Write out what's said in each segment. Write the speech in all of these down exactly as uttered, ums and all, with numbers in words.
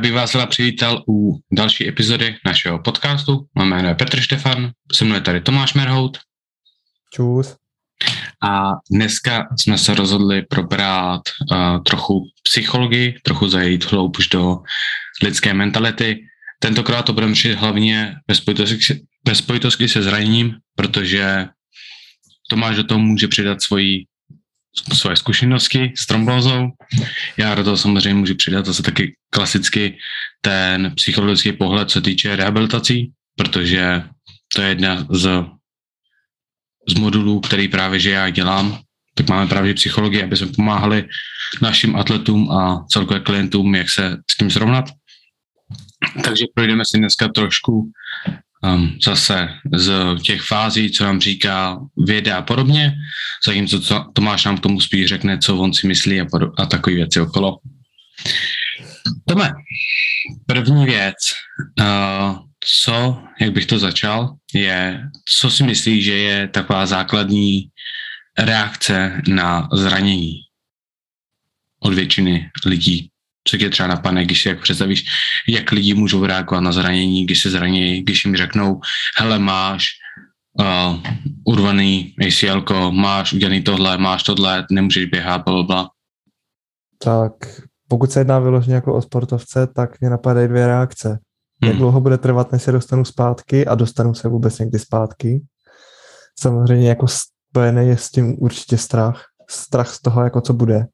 bych vás byla přivítal u další epizody našeho podcastu. Mám jméno je Petr Štefan, se mnou je tady Tomáš Merhout. Čus. A dneska jsme se rozhodli probrat uh, trochu psychologii, trochu zajít hloubš do lidské mentality. Tentokrát to budeme řešit hlavně ve spojitosti, ve spojitosti se zraněním, protože Tomáš do toho může přidat svoji, svoje zkušenosti s trombózou. Já do toho samozřejmě můžu přidat zase taky klasicky ten psychologický pohled, co týče rehabilitací, protože to je jedna z, z modulů, který právě že já dělám. Tak máme právě psychologii, aby jsme pomáhali našim atletům a celkově klientům, jak se s tím srovnat. Takže projdeme si dneska trošku um, zase z těch fází, co nám říká věda a podobně, zatímco to, Tomáš nám k tomu spíš řekne, co on si myslí a, podob, a takové věci okolo. Tome, první věc, uh, co, jak bych to začal, je, co si myslíš, že je taková základní reakce na zranění od většiny lidí? Co tě třeba napadne, když si jak představíš, jak lidi můžou reagovat na zranění, když se zraní, když jim řeknou, hele, máš uh, urvaný A C L, máš udělaný tohle, máš tohle, nemůžeš běhat, blablabla. Tak pokud se jedná vyloženě jako o sportovce, tak mě napadají dvě reakce. Hmm. Jak dlouho bude trvat, než se dostanu zpátky a dostanu se vůbec někdy zpátky. Samozřejmě jako spojený je s tím určitě strach. Strach z toho, jako co bude.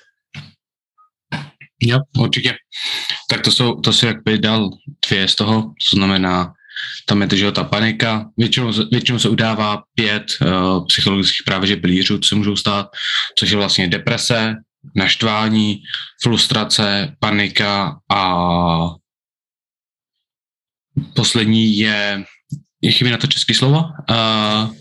Jo, určitě. Tak to jsou, to si jak by dal dvě z toho, co znamená, tam je to, že ta panika, většinou, většinou se udává pět uh, psychologických právě že pilířů, co se můžou stát, což je vlastně deprese, naštvání, frustrace, panika a poslední je, je chybí na to české slovo, uh,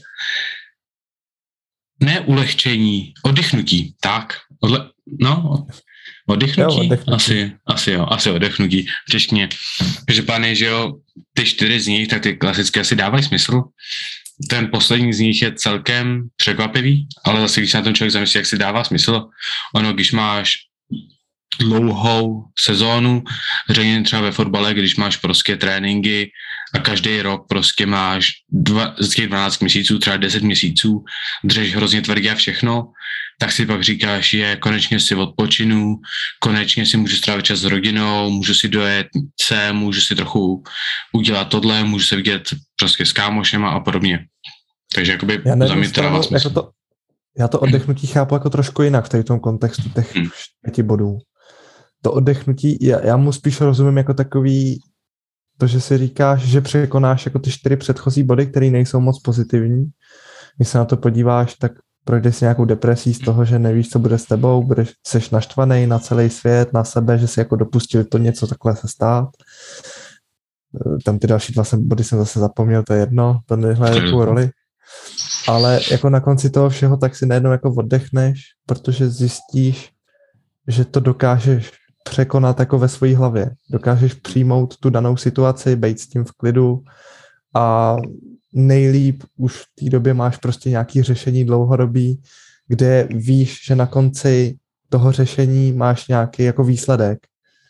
ne ulehčení, oddechnutí, tak, odle, no, Oddechnutí? Jo, oddechnutí? Asi, asi jo, asi oddechnutí v češtině. Každopádně, že jo, ty čtyři z nich, tak ty klasické asi dávají smysl. Ten poslední z nich je celkem překvapivý, ale zase, když se na tom člověk zamyslí, jak si dává smysl, ono, když máš dlouhou sezónu, řekněme třeba ve fotbale, když máš prostě tréninky a každý rok prostě máš dva, z těch dvanáct měsíců, třeba deset měsíců, dřeš hrozně tvrdě a všechno, tak si pak říkáš, je, konečně si odpočinu, konečně si můžu strávit čas s rodinou, můžu si dojet se, můžu si trochu udělat tohle, můžu se vidět prostě s kámošema a podobně. Takže jakoby za mě to dává smysl. Jako to, já to oddechnutí chápu jako trošku jinak v tom kontextu těch hmm. pěti bodů. To oddechnutí, já, já mu spíš rozumím jako takový, to, že si říkáš, že překonáš jako ty čtyři předchozí body, které nejsou moc pozitivní. Když se na to podíváš, tak projdeš si nějakou depresí z toho, že nevíš, co bude s tebou, budeš, seš naštvaný na celý svět, na sebe, že si jako dopustil to něco takhle se stát. Tam ty další dva body jsem zase zapomněl, to je jedno, to nehraje takovou roli. Ale jako na konci toho všeho, tak si najednou jako oddechneš, protože zjistíš, že to dokážeš překonat jako ve své hlavě. Dokážeš přijmout tu danou situaci, být s tím v klidu a nejlíp už v té době máš prostě nějaké řešení dlouhodobý, kde víš, že na konci toho řešení máš nějaký jako výsledek.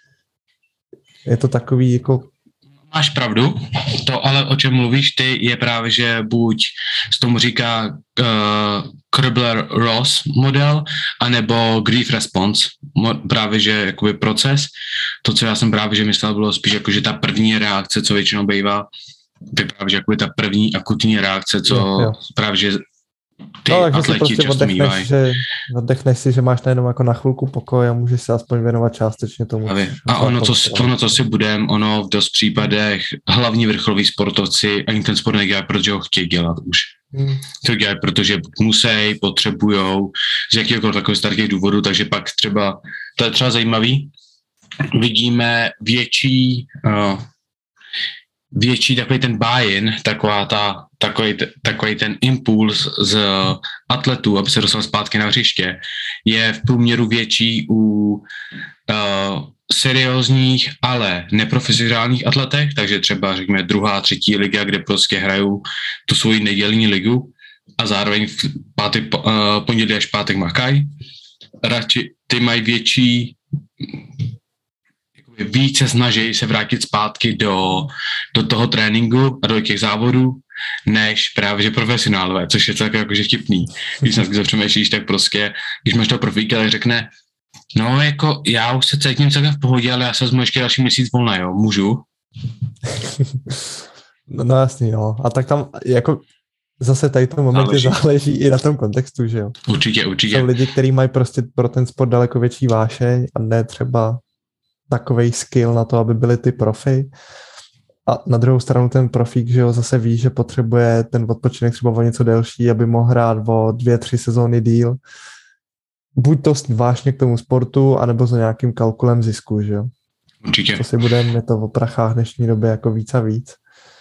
Je to takový jako... Máš pravdu, to ale o čem mluvíš ty je právě, že buď se tomu říká uh, Kübler-Ross model, anebo grief response, mo- právě že jakoby proces. To, co já jsem právě že myslel, bylo spíš jako, že ta první reakce, co většinou bývá, tak právě že jakoby ta první akutní reakce, co jo, jo. právě že ty no, atleti prostě často mývají. Že oddechneš si, že máš najednou jako na chvilku pokoj a můžeš se aspoň věnovat částečně tomu. A ono, co si, ono, co si budem, ono v dost případech hlavní vrcholoví sportovci ani ten sport nedělají, protože ho chtějí dělat už. Hmm. To dělají, protože musí, potřebujou z jakýkoliv takových starých důvodů, takže pak třeba, to je třeba zajímavý, vidíme větší uh, větší takový ten buy-in, taková ta, takový, takový ten impuls z atletů, aby se dostal zpátky na hřiště, je v průměru větší u uh, seriózních, ale neprofesionálních atletech, takže třeba řekněme druhá, třetí liga, kde prostě hrajou tu svoji nedělní ligu a zároveň v pátek, uh, pondělí až pátek makají. Radši ty mají větší více snaží se vrátit zpátky do, do toho tréninku a do těch závodů, než právě že profesionálové, což je tak jakože vtipný. Když se zapřemýšlíš, tak prostě, když máš toho profíka, tak řekne, no jako já už se cítím celkem v pohodě, ale já se vezmu ještě další měsíc volna, jo, můžu? No, no jasný, no. A tak tam jako zase tady to momentě záleží. záleží i na tom kontextu, že jo. Určitě, určitě. Jsou lidi, kteří mají prostě pro ten sport daleko větší vášeň a ne třeba takovej skill na to, aby byli ty profi. A na druhou stranu ten profík, že jo, zase ví, že potřebuje ten odpočinek třeba o něco delší, aby mohl hrát o dvě, tři sezóny díl. Buď to vážně k tomu sportu, anebo za nějakým kalkulem zisku, že jo. Určitě. Co si budeme, je to o prachách dnešní době jako víc a víc.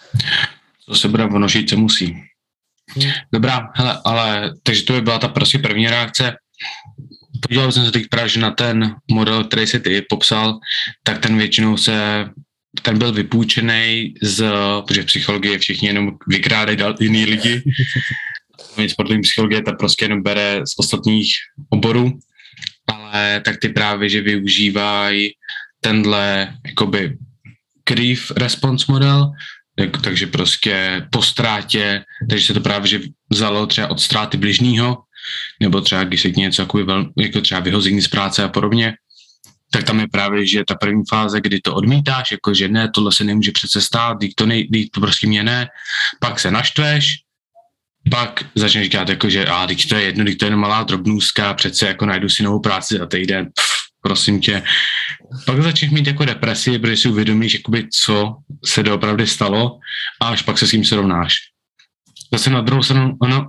To se bude vonožit, co musí. Hmm. Dobrá, hele, ale takže to by byla ta prostě první reakce. Podíval jsem se teď právě na ten model, který si ty popsal, tak ten většinou se, ten byl vypůjčený z, protože psychologie všichni jenom vykrádají jiný lidi. Sportovní psychologie ta prostě jenom bere z ostatních oborů, ale tak ty právě, že využívají tenhle jakoby grief response model, tak, takže prostě po ztrátě, takže se to právě že vzalo třeba od ztráty bližního, nebo třeba když se něco vel, jako třeba vyhození z práce a podobně, tak tam je právě, že ta první fáze, kdy to odmítáš, jako že ne, tohle se nemůže přece stát, dík to, nej, dík to prostě mě ne, pak se naštveš, pak začneš říkat, jako, že a teď to je jedno, teď to je jenom malá drobnůzka, přece jako najdu si novou práci za týden, pff, prosím tě. Pak začneš mít jako depresi, protože si uvědomíš, jakoby, co se doopravdy stalo a až pak se s tím srovnáš. Zase na druhou stranu, ono,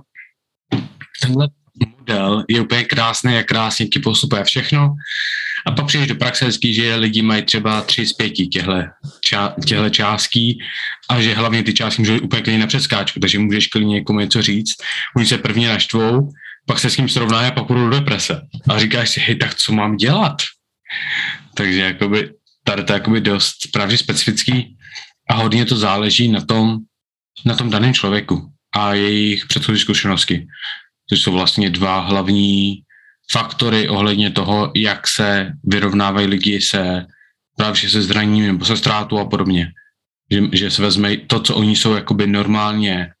tenhle model je úplně krásný, jak krásně ti postupuje všechno a pak přijdeš do praxe hezký, že lidi mají třeba tři z pěti těhle, ča, těhle částí a že hlavně ty částky můžou úplně klidně na přeskáčku, takže můžeš klidně někomu něco říct, oni se prvně naštvou, pak se s ním srovnají a pak budou do deprese. A říkáš si, hej, tak co mám dělat? Takže jakoby, tady to je jakoby dost právě specifický a hodně to záleží na tom, na tom daném člověku a jejich předchozí zkušenosti. To jsou vlastně dva hlavní faktory ohledně toho, jak se vyrovnávají lidi se právě se zraněním nebo se ztrátou a podobně. Že, že se vezme to, co oni jsou jakoby normálně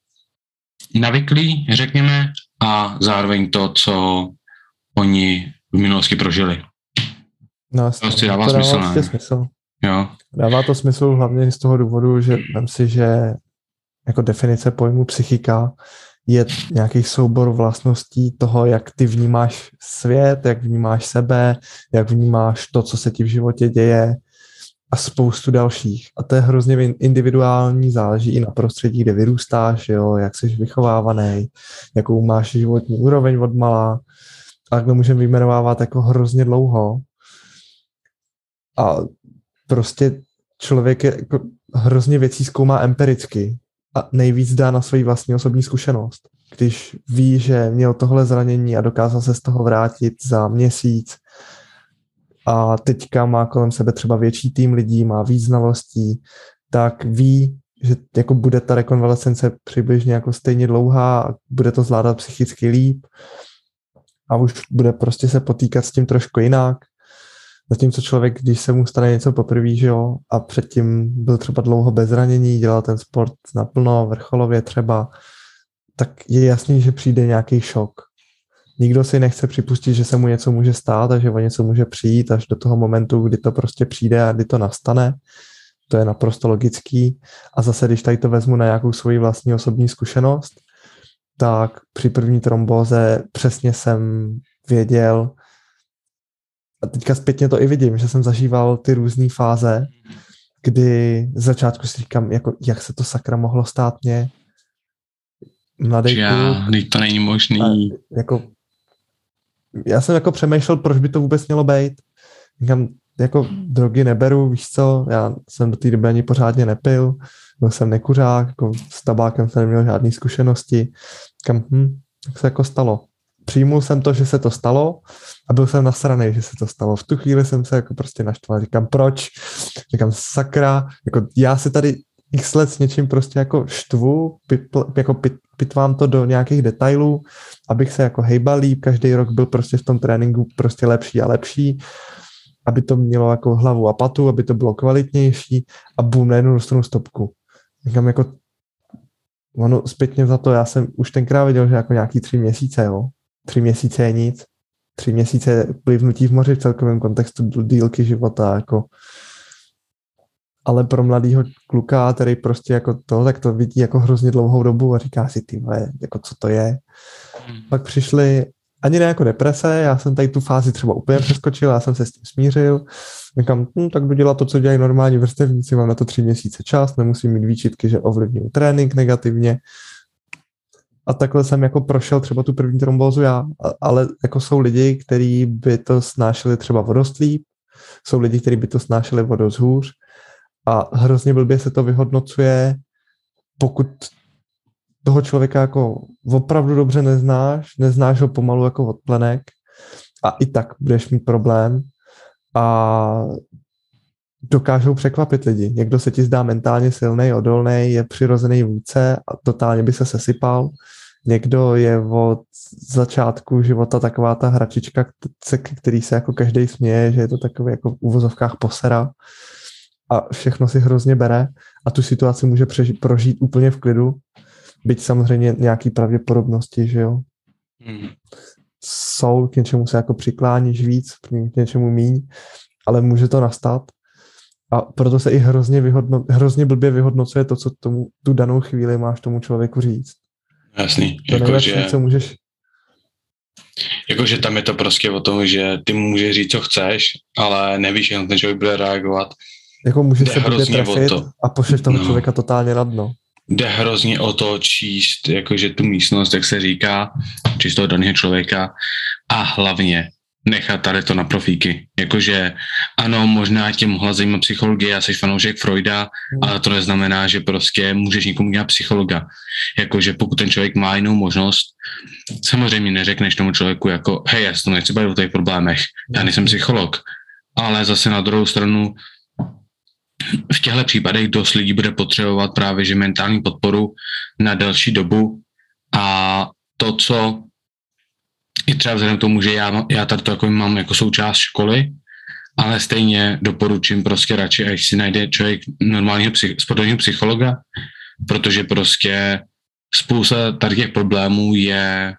navyklí, řekněme, a zároveň to, co oni v minulosti prožili. No, to si dává to smysl, dává ne? smysl. Jo. Dává to smysl hlavně z toho důvodu, že vem si, že jako definice pojmu psychika je nějaký soubor vlastností toho, jak ty vnímáš svět, jak vnímáš sebe, jak vnímáš to, co se ti v životě děje a spoustu dalších. A to je hrozně individuální, záleží i na prostředí, kde vyrůstáš, jo, jak jsi vychovávaný, jakou máš životní úroveň od malá. A to můžeme vyjmenovávat jako hrozně dlouho. A prostě člověk je jako hrozně věcí zkoumá empiricky a nejvíc dá na svoji vlastní osobní zkušenost. Když ví, že měl tohle zranění a dokázal se z toho vrátit za měsíc a teďka má kolem sebe třeba větší tým lidí, má víc znalostí, tak ví, že jako bude ta rekonvalescence přibližně jako stejně dlouhá a bude to zvládat psychicky líp a už bude prostě se potýkat s tím trošku jinak. Zatímco člověk, když se mu stane něco poprvé, že jo, a předtím byl třeba dlouho bez zranění, dělal ten sport naplno, vrcholově třeba, tak je jasný, že přijde nějaký šok. Nikdo si nechce připustit, že se mu něco může stát a že o něco může přijít až do toho momentu, kdy to prostě přijde a kdy to nastane. To je naprosto logický. A zase, když tady to vezmu na nějakou svoji vlastní osobní zkušenost, tak při první trombóze přesně jsem věděl, a teďka zpětně to i vidím, že jsem zažíval ty různé fáze, kdy z začátku si říkám, jako, jak se to sakra mohlo stát mně. Mladý kluk. To není možný. A jako, já jsem jako přemýšlel, proč by to vůbec mělo být. Říkám, jako drogy neberu, víš co, já jsem do té doby ani pořádně nepil, byl jsem nekuřák, jako s tabákem jsem neměl žádné zkušenosti. Říkám, hm, tak se jako stalo. Přijmul jsem to, že se to stalo a byl jsem nasranej, že se to stalo. V tu chvíli jsem se jako prostě naštval. Říkám, proč? Říkám, sakra, jako já se tady x let s něčím prostě jako štvu, pitl, jako pit, pitvám to do nějakých detailů, abych se jako hejbal líp, každý rok byl prostě v tom tréninku prostě lepší a lepší. aby to mělo jako hlavu a patu, aby to bylo kvalitnější a bum, najednou dostanu stopku. Říkám jako, ono zpětně za to, já jsem už tenkrát viděl, že jako nějaký tři měsíce, jo. Tři měsíce je nic. Tři měsíce plivnutí v moři v celkovém kontextu dílky života, jako. Ale pro mladýho kluka, který prostě jako to, tak to vidí jako hrozně dlouhou dobu a říká si, ty vole, jako co to je. Hmm. Pak přišly ani ne jako deprese, já jsem tady tu fázi třeba úplně přeskočil, já jsem se s tím smířil. Říkám, hm, tak jdu dělat to, co dělají normální vrstevníci, mám na to tři měsíce čas, nemusím mít výčitky, že ovlivňuji trénink negativně. A takhle jsem jako prošel třeba tu první trombózu já, ale jako jsou lidi, kteří by to snášeli třeba vodostlíp, jsou lidi, kteří by to snášeli o dost hůř a hrozně blbě se to vyhodnocuje, pokud toho člověka jako opravdu dobře neznáš, neznáš ho pomalu jako od plenek a i tak budeš mít problém a dokážou překvapit lidi. Někdo se ti zdá mentálně silnej, odolnej, je přirozený vůdce a totálně by se sesypal. Někdo je od začátku života taková ta hračička, který se jako každej směje, že je to takový jako v uvozovkách posera a všechno si hrozně bere a tu situaci může přežít, prožít úplně v klidu, byť samozřejmě nějaký pravděpodobnosti, že jo. Hmm. Jsou, k něčemu se jako přikláníš víc, k něčemu míň, ale může to nastat. A proto se i hrozně, vyhodno, hrozně blbě vyhodnocuje to, co tomu, tu danou chvíli máš tomu člověku říct. Jasný. To jako nejlepší, že, co můžeš... Jakože tam je to prostě o tom, že ty mu můžeš říct, co chceš, ale nevíš, jak ten člověk bude reagovat. Jako můžeš se blbě trefit a pošleš toho no. člověka totálně na dno. Jde hrozně o to číst, jakože tu místnost, jak se říká, číst toho daného člověka a hlavně nechat tady to na profíky. Jakože ano, možná tě mohla zajímat psychologie, já jsi fanoušek Freuda, hmm. ale to neznamená, že prostě můžeš někomu dělat psychologa. Jakože pokud ten člověk má jinou možnost, samozřejmě neřekneš tomu člověku jako hej, já se to nechci bavit o těch problémech, já nejsem psycholog, ale zase na druhou stranu v těchto případech dost lidí bude potřebovat právě že mentální podporu na delší dobu a to, co i třeba vzhledem k tomu, že já, já tady to jako mám jako součást školy, ale stejně doporučím prostě radši, až si najde člověk normálního psych, sportovního psychologa, protože prostě spousta tady těch problémů je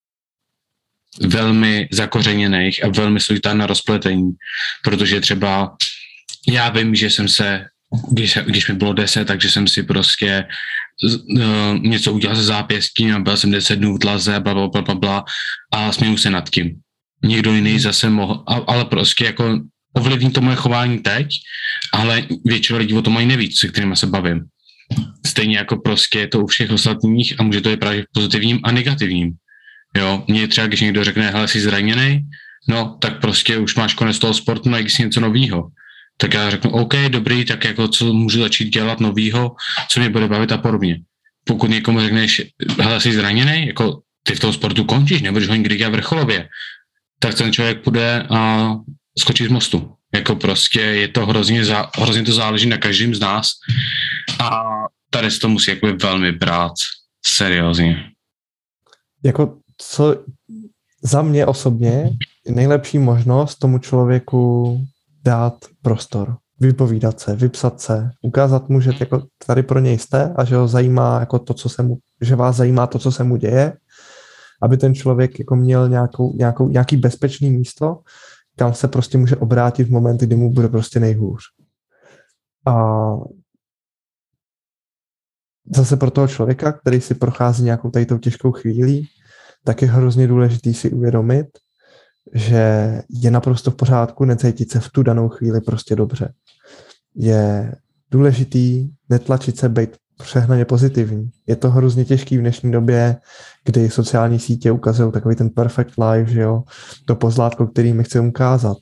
velmi zakořeněných a velmi složitá na rozpletení, protože třeba já vím, že jsem se, když, když mi bylo deset, takže jsem si prostě uh, něco udělal se zápěstím a byl jsem deset dnů v dlaze, bla, bla, bla, bla, bla a směju se nad tím. Někdo jiný zase mohl, ale prostě jako ovlivní to moje chování teď, ale většina lidí o tom mají nevíc, se kterými se bavím. Stejně jako prostě je to u všech ostatních a může to je právě pozitivním a negativním. Jo, mně třeba, když někdo řekne, hele, jsi zraněnej, no, tak prostě už máš konec toho sportu, najdi si něco novýho. Tak já řeknu, OK, dobrý, tak jako co můžu začít dělat novýho, co mě bude bavit a podobně. Pokud někomu řekneš, hele, jsi zraněnej, jako ty v tom sportu končíš, nebudeš ho nikdy dělat vrcholově, tak ten člověk půjde a skočí z mostu. Jako prostě je to hrozně, zá, hrozně to záleží na každém z nás a tady se to musí jako velmi brát seriózně. Jako co za mě osobně nejlepší možnost tomu člověku dát prostor, vypovídat se, vypsat se, ukázat mu, že jako tady pro něj jste a že ho zajímá jako to, co se mu, že vás zajímá to, co se mu děje, aby ten člověk jako měl nějakou, nějakou, nějaký bezpečný místo, kam se prostě může obrátit v momenty, kdy mu bude prostě nejhůř. A zase pro toho člověka, který si prochází nějakou tady tou těžkou chvílí, tak je hrozně důležitý si uvědomit, že je naprosto v pořádku necítit se v tu danou chvíli prostě dobře. Je důležitý netlačit se být přehnaně pozitivní. Je to hrozně těžký v dnešní době, kdy sociální sítě ukazují takový ten perfect life, že jo, to pozlátko, který mi chce ukázat.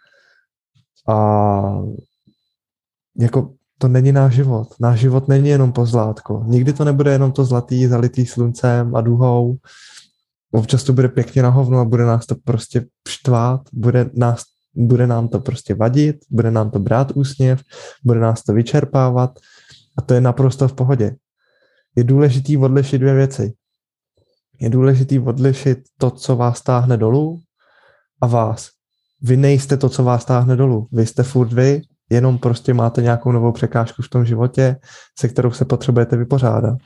A jako to není náš život. Náš život není jenom pozlátko. Nikdy to nebude jenom to zlatý, zalitý sluncem a duhou. Občas to bude pěkně na hovno a bude nás to prostě štvát, bude, nás, bude nám to prostě vadit, bude nám to brát úsměv, bude nás to vyčerpávat a to je naprosto v pohodě. Je důležitý odlišit dvě věci. Je důležitý odlišit to, co vás táhne dolů a vás. vy nejste to, co vás táhne dolů. Vy jste furt vy, jenom prostě máte nějakou novou překážku v tom životě, se kterou se potřebujete vypořádat.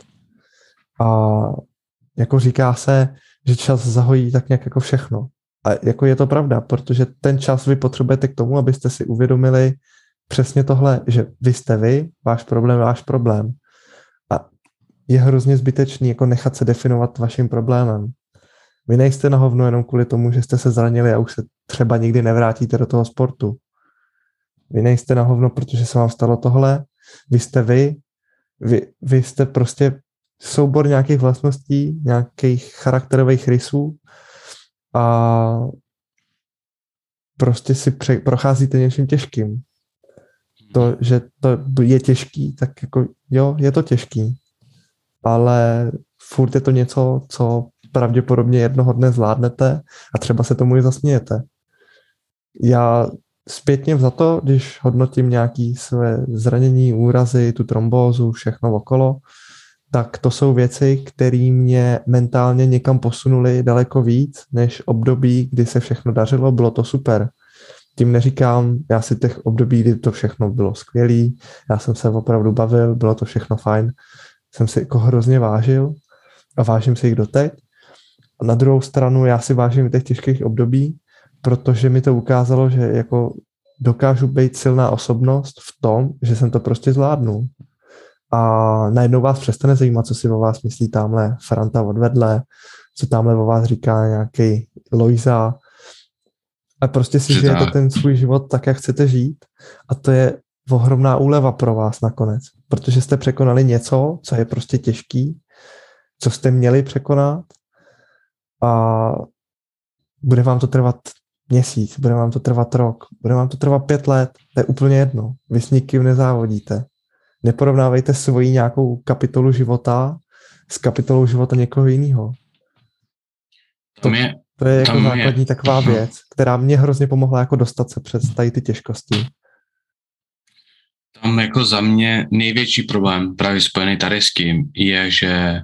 A jako říká se, že čas zahojí tak nějak jako všechno. A jako je to pravda, protože ten čas vy potřebujete k tomu, abyste si uvědomili přesně tohle, že vy jste vy, váš problém je váš problém. A je hrozně zbytečný jako nechat se definovat vaším problémem. Vy nejste na hovno jenom kvůli tomu, že jste se zranili a už se třeba nikdy nevrátíte do toho sportu. Vy nejste na hovno, protože se vám stalo tohle. Vy jste vy. Vy, vy jste prostě soubor nějakých vlastností, nějakých charakterových rysů a prostě si pře- procházíte něčím těžkým. To, že to je těžký, tak jako jo, je to těžký. Ale furt je to něco, co pravděpodobně jednoho dne zvládnete a třeba se tomu i zasmějete. Já zpětně za to, když hodnotím nějaké své zranění, úrazy, tu trombózu, všechno okolo, tak to jsou věci, které mě mentálně někam posunuly daleko víc, než období, kdy se všechno dařilo, bylo to super. Tím neříkám, já si těch období, kdy to všechno bylo skvělý, já jsem se opravdu bavil, bylo to všechno fajn, jsem si jako hrozně vážil a vážím si jich doteď. A na druhou stranu já si vážím těch těžkých období, protože mi to ukázalo, že jako dokážu být silná osobnost v tom, že jsem to prostě zvládnu. A najednou vás přestane zajímat, co si o vás myslí tamhle Franta odvedle, co tamhle o vás říká nějaký Lojza. A prostě si žijete ten svůj život tak, jak chcete žít. A to je ohromná úleva pro vás nakonec. Protože jste překonali něco, co je prostě těžký, co jste měli překonat a bude vám to trvat měsíc, bude vám to trvat rok, bude vám to trvat pět let, to je úplně jedno. Vy s nikým nezávodíte. Neporovnávejte svoji nějakou kapitolu života s kapitolou života někoho jiného. To, je, to je jako základní je. taková věc, která mě hrozně pomohla jako dostat se přes tady ty těžkosti. Tam jako za mě největší problém právě spojený tady s tím je, že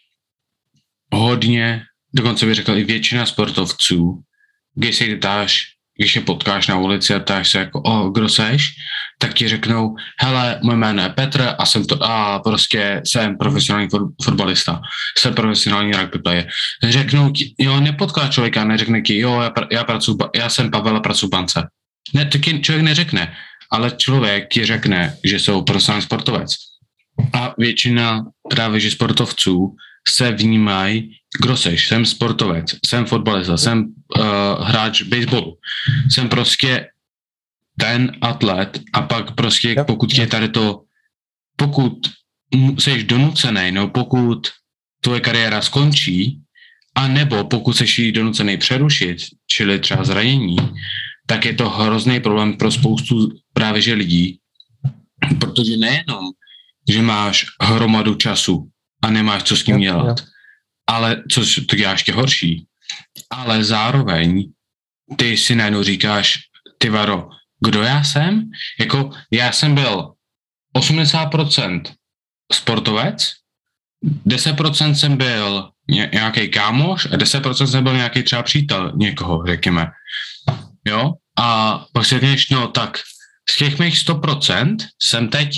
hodně, dokonce bych řekl i většina sportovců, když se ptáš, když je potkáš na ulici a ptáš se jako, o, kdo seš, tak ti řeknou, hele, moje jméno je Petr a jsem to, a prostě jsem profesionální fotbalista, jsem profesionální rugby player. Řeknou ti, jo, nepotká člověka, neřekne ti, jo, já, já, pracuji, já jsem Pavel a pracuji v bance. Ne, taky člověk neřekne, ale člověk ti řekne, že jsou profesionální sportovec. A většina právě, že sportovců se vnímají, kdo seš, jsem sportovec, jsem fotbalista, jsem uh, hráč baseballu, jsem prostě ten atlet a pak prostě jo, pokud jo. je tady to, pokud seš donucený, no pokud tvoje kariéra skončí, a nebo pokud seš ji donucený přerušit, čili třeba zranění, tak je to hrozný problém pro spoustu právě že lidí, protože nejenom, že máš hromadu času a nemáš co s tím dělat, ale co to dělá ještě horší, ale zároveň ty si najednou říkáš, ty varo, kdo já jsem? Jako já jsem byl osmdesát procent sportovec, deset procent jsem byl nějaký kámoš a deset procent jsem byl nějaký třeba přítel někoho, řekněme. Jo? A pak si řekneš, no tak z těch mých sto procent jsem teď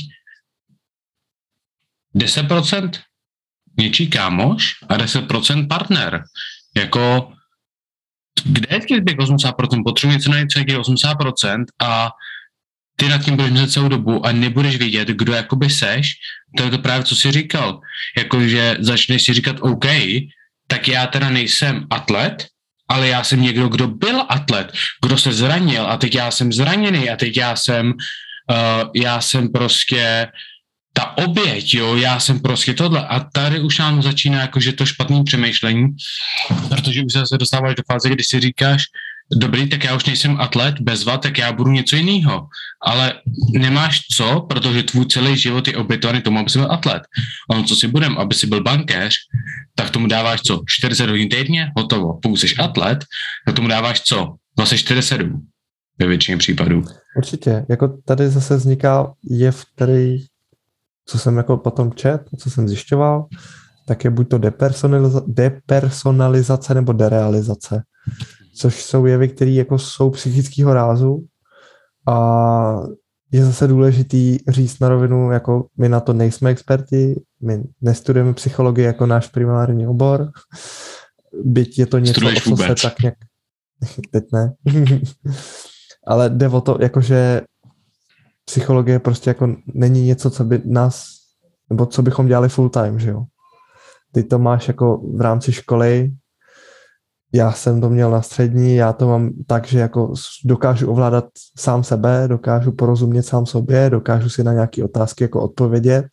deset procent něčí kámoš a deset procent partner. Jako, kde je těch osmdesát procent? Potřebuje něco najít těch osmdesát procent a ty nad tím budeš myslet celou dobu a nebudeš vědět, kdo jakoby seš, to je to právě, co jsi říkal. Jakože začneš si říkat, OK, tak já teda nejsem atlet, ale já jsem někdo, kdo byl atlet, kdo se zranil a teď já jsem zraněný a teď já jsem, uh, já jsem prostě ta oběť, jo, já jsem prostě tohle a tady už nám začíná jakože to špatný přemýšlení, protože už se dostáváš do fáze, kdy si říkáš, dobrý, tak já už nejsem atlet, bezva, tak já budu něco jiného. Ale nemáš co, protože tvůj celý život je obětovaný tomu, aby jsi byl atlet. On co si budem, aby si byl bankéř, tak tomu dáváš co? čtyřicet hodin týdně? Hotovo. Pokud jsi atlet, tak tomu dáváš co? dvacet čtyři sedm ve většině případů. Určitě. Jako tady zase vzniká jev, který, co jsem jako potom čet, co jsem zjišťoval, tak je buď to depersonaliza- depersonalizace nebo derealizace. což jsou jevy, které jako jsou psychického rázu a je zase důležitý říct na rovinu, jako my na to nejsme experti, my nestudujeme psychologii jako náš primární obor, byť je to něco, Studuješ o co se tak nějak... Teď ne. Ale jde o to, jakože psychologie prostě jako není něco, co by nás, nebo co bychom dělali full time, že jo. Ty to máš jako v rámci školy, já jsem to měl na střední, já to mám tak, že jako dokážu ovládat sám sebe, dokážu porozumět sám sobě, dokážu si na nějaké otázky jako odpovědět,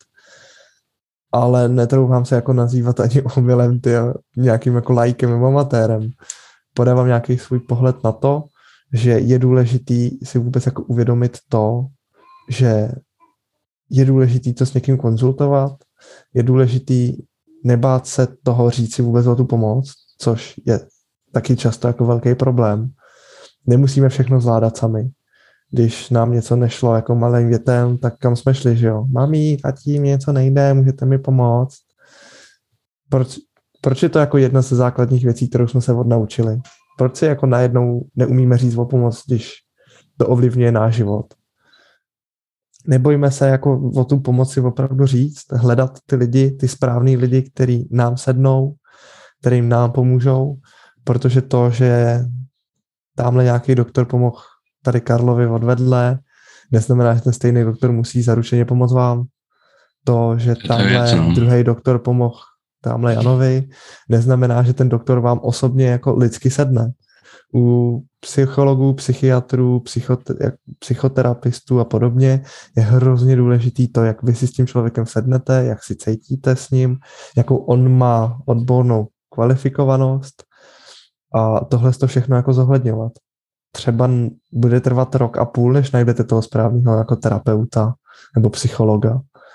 ale netroufám se jako nazývat ani omylem ty, nějakým jako lajkem nebo amatérem. Podávám nějaký svůj pohled na to, že je důležitý si vůbec jako uvědomit to, že je důležitý to s někým konzultovat, je důležitý nebát se toho říct si vůbec o tu pomoc, což je taky často jako velký problém. Nemusíme všechno zvládat sami. Když nám něco nešlo jako malým dětem, tak kam jsme šli, že jo? Mami, tati, mi něco nejde, můžete mi pomoct? Proč, proč je to jako jedna ze základních věcí, kterou jsme se odnaučili? Proč si jako najednou neumíme říct o pomoc, když to ovlivňuje náš život? Nebojme se jako o tu pomoci opravdu říct, hledat ty lidi, ty správný lidi, kteří nám sednou, kterým nám pomůžou, protože to, že tamhle nějaký doktor pomohl tady Karlovi odvedle, neznamená, že ten stejný doktor musí zaručeně pomoct vám. To, že tamhle no. druhý doktor pomohl tamhle Janovi, neznamená, že ten doktor vám osobně jako lidsky sedne. U psychologů, psychiatrů, psychote- psychoterapistů a podobně je hrozně důležitý to, jak vy si s tím člověkem sednete, jak si cítíte s ním, jakou on má odbornou kvalifikovanost a tohle to všechno jako zohledňovat. Třeba bude trvat rok a půl, než najdete toho správného jako terapeuta nebo psychologa.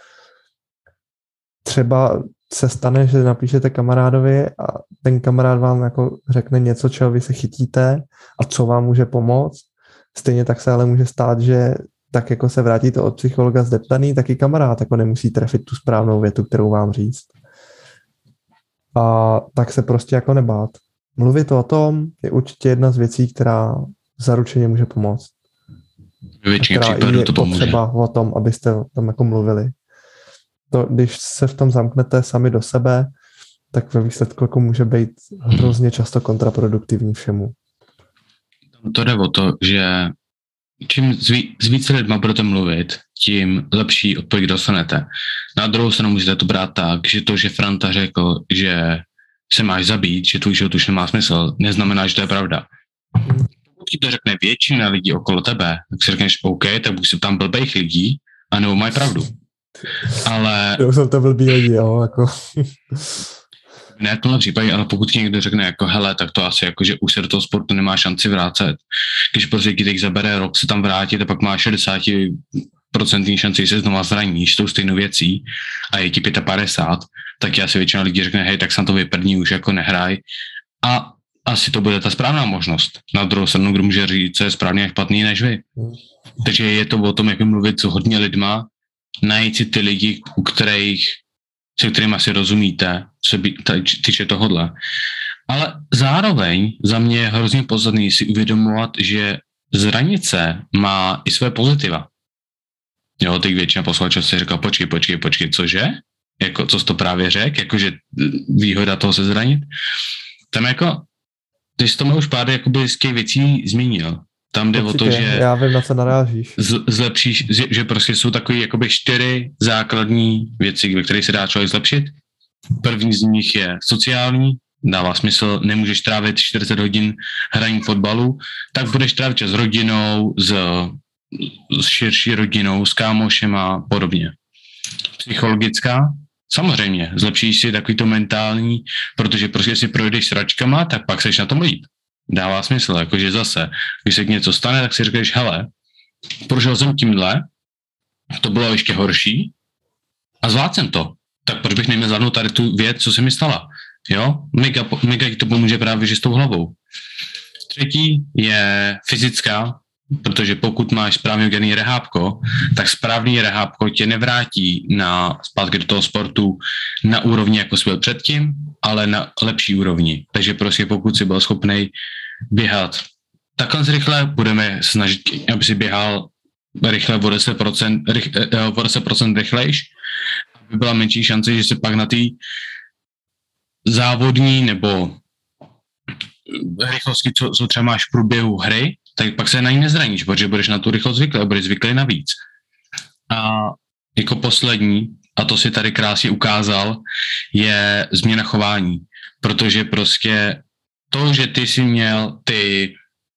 Třeba se stane, že napíšete kamarádovi a ten kamarád vám jako řekne něco, čeho vy se chytíte a co vám může pomoct. Stejně tak se ale může stát, že tak jako se vrátíte od psychologa zdeptaný, taky kamarád jako nemusí trefit tu správnou větu, kterou vám říct. A tak se prostě jako nebát. Mluvit o tom je určitě jedna z věcí, která zaručeně může pomoct. Většině případů to pomůže. Potřeba o tom, abyste o tom jako mluvili. To, když se v tom zamknete sami do sebe, tak ve výsledku jako může být hrozně často kontraproduktivní všemu. To jde o to, že čím s, ví, s více lidma budete mluvit, tím lepší odpověď dostanete. Na druhou stranu můžete to brát tak, že to, že Franta řekl, že se máš zabít, že tvůj život už nemá smysl, neznamená, že to je pravda. Pokud ti to řekne většina lidí okolo tebe, tak si řekneš OK, tak buď jsou tam blbejch lidí, anebo mají pravdu. Ale... Jo, jsou to blbý lidi, jo, jako... Ne v tomhle případě, ale pokud ti někdo řekne jako hele, tak to asi jako, že už se do toho sportu nemá šanci vrátit. Když prostě teď zabere rok se tam vrátit a pak má šedesát procent šanci, že se znova zraníš s tou stejnou věcí a je ti padesát pět, tak já si většina lidí řekne, hej, tak se na to vyprdní, už jako nehraj. A asi to bude ta správná možnost. Na druhou stranu, kdo může říct, co je správně a špatný než vy. Takže je to o tom, jak mluvit s hodně lidma, najít si ty lidi, u kterých, se kterými asi rozumíte, co by týče tohodle. Ale zároveň za mě je hrozně podstatný si uvědomovat, že zranice má i své pozitiva. Jo, teď většina posluchačů si říká, počkej, počkej, počkej, cože? Jako, co jsi to právě řekl? Jakože výhoda toho se zranit? Tam jako, ty jsi to už pár jakoby z těch věcí zmínil. Tam jde určitě, o to, že já vím, na co narážíš. Z, zlepšíš, že prostě jsou takové jakoby čtyři základní věci, ve kterých se dá člověk zlepšit. První z nich je sociální, dává smysl, nemůžeš trávit čtyřicet hodin hraním fotbalu, tak budeš trávit čas s rodinou, s, s širší rodinou, s kámošema a podobně. Psychologická, samozřejmě, zlepšíš si takový to mentální, protože prostě si projdeš sračkama, tak pak seš na tom líp. Dává smysl, jakože zase, když se něco stane, tak si řekneš, hele, prožil jsem tímhle, to bylo ještě horší a zvládl jsem to. Tak proč bych neměl zvládnout tady tu věc, co se mi stala? Jo? Mega, mega ti to pomůže právě, že s tou hlavou. Třetí je fyzická, protože pokud máš správně udělaný rehábko, tak správný rehábko tě nevrátí na zpátky do toho sportu na úrovni, jako jsi byl předtím, ale na lepší úrovni. Takže prostě pokud jsi byl schopnej běhat takhle rychle, budeme snažit, aby si běhal rychle o deset procent, rych, o deset procent rychlejš, aby byla menší šance, že se pak na té závodní nebo rychlosti, co, co třeba máš v průběhu hry, tak pak se na ní nezraníš, protože budeš na tu rychlost zvyklý a budeš zvyklý navíc. A jako poslední, a to si tady krásně ukázal, je změna chování. Protože prostě to, že ty jsi měl ty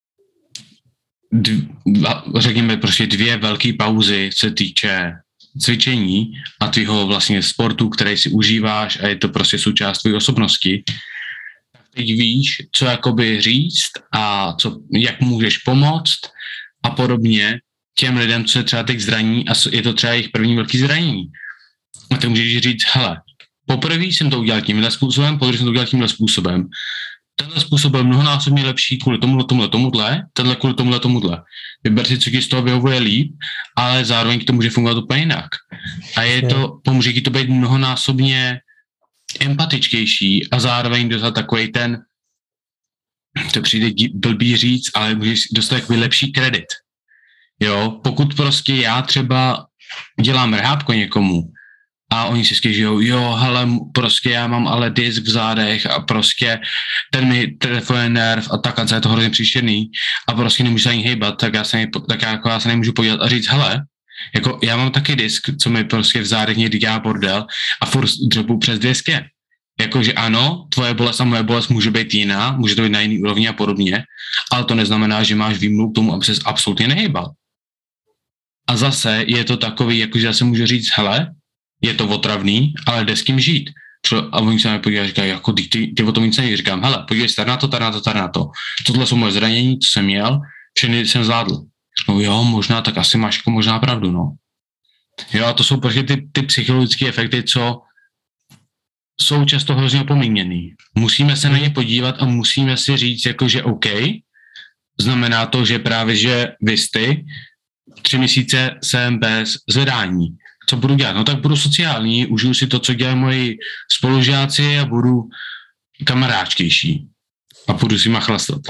dv, řekněme prostě dvě velké pauzy, co se týče cvičení a tvýho vlastně sportu, který si užíváš a je to prostě součást tvojí osobnosti, teď víš, co jakoby říct a co, jak můžeš pomoct a podobně těm lidem, co se třeba teď zraní a je to třeba jejich první velký zranění. A ty můžeš říct, hele, poprvé jsem to udělal tímhle způsobem, podruhé jsem to udělal tímhle způsobem. Tenhle způsob byl mnohonásobně lepší kvůli tomuhle, tomuhle, tomuhle, tenhle kvůli tomuhle, tomuhle. Vyber si, co ti z toho vyhovuje líp, ale zároveň to může fungovat úplně jinak. A je to, pomůže ti to být mnohonásobně empatičtější a zároveň dostat takovej ten, to přijde blbý říct, ale můžeš dostat takový lepší kredit. Jo, pokud prostě já třeba dělám rehávko někomu a oni si stěžují, jo, hele, prostě já mám ale disk v zádech a prostě ten mi trefuje nerv a tak a je to hrozně příšerný a prostě nemůžu se ani hejbat, tak já se, ne, tak já, jako já se nemůžu podívat a říct, hele, jako já mám taky disk, co mi prostě v zádech někdy dělá bordel a furt dřepu přes dvě stě. Jakože ano, tvoje bolest a moje bolest může být jiná, může to být na jiný úrovni a podobně, ale to neznamená, že máš výmluv k tomu, aby ses absolutně nehejbal. A zase je to takový, jakože já se můžu říct, hele, je to otravný, ale jde s kým žít. A oni se na mě podívají a říkají, jako ty, ty, ty o tom nic nevíš. Říkám, hele, podívej se tady na to, tady na to, tady na to. Tohle jsou moje zranění, co jsem měl, všechny jsem zvládl. No jo, možná, tak asi máš jako možná pravdu, no. Jo, a to jsou prostě ty, ty psychologické efekty, co jsou často hrozně opomíněný. Musíme se na ně podívat a musíme si říct, jako, že OK, znamená to, že právě, že vy jste tři měsíce jsem bez zvedání. Co budu dělat? No tak budu sociální, užiju si to, co dělají moji spolužáci a budu kamaráčtější. A budu si ma chlastat.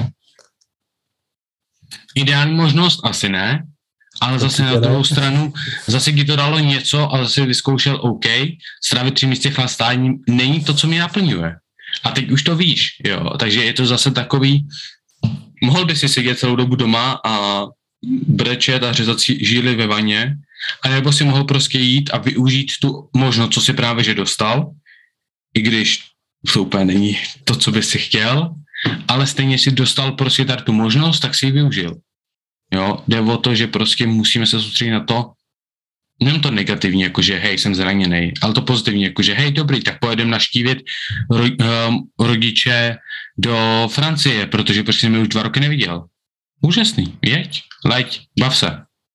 Ideální možnost? Asi ne, ale zase na druhou stranu, zase ti to dalo něco a zase vyzkoušel OK, strávit tři měsíce chlastání není to, co mě naplňuje. A teď už to víš, jo, takže je to zase takový, mohl by si sedět celou dobu doma a brečet a řezat žíly ve vaně, a nebo si mohl prostě jít a využít tu možnost, co si právě že dostal, i když to úplně není to, co by si chtěl, ale stejně si dostal prostě tady tu možnost, tak si ji využil. Jo, jde o to, že prostě musíme se soustředit na to, nejen to negativní, jakože hej, jsem zraněný, ale to pozitivní, jakože hej, dobrý, tak pojedem naštívit ro, um, rodiče do Francie, protože prostě jsem je už dva roky neviděl. Úžasný, jeď, leď, bav se.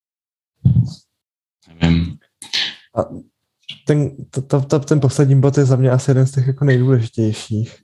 Nevím. A ten, to, to, to, ten poslední bod je za mě asi jeden z těch jako nejdůležitějších.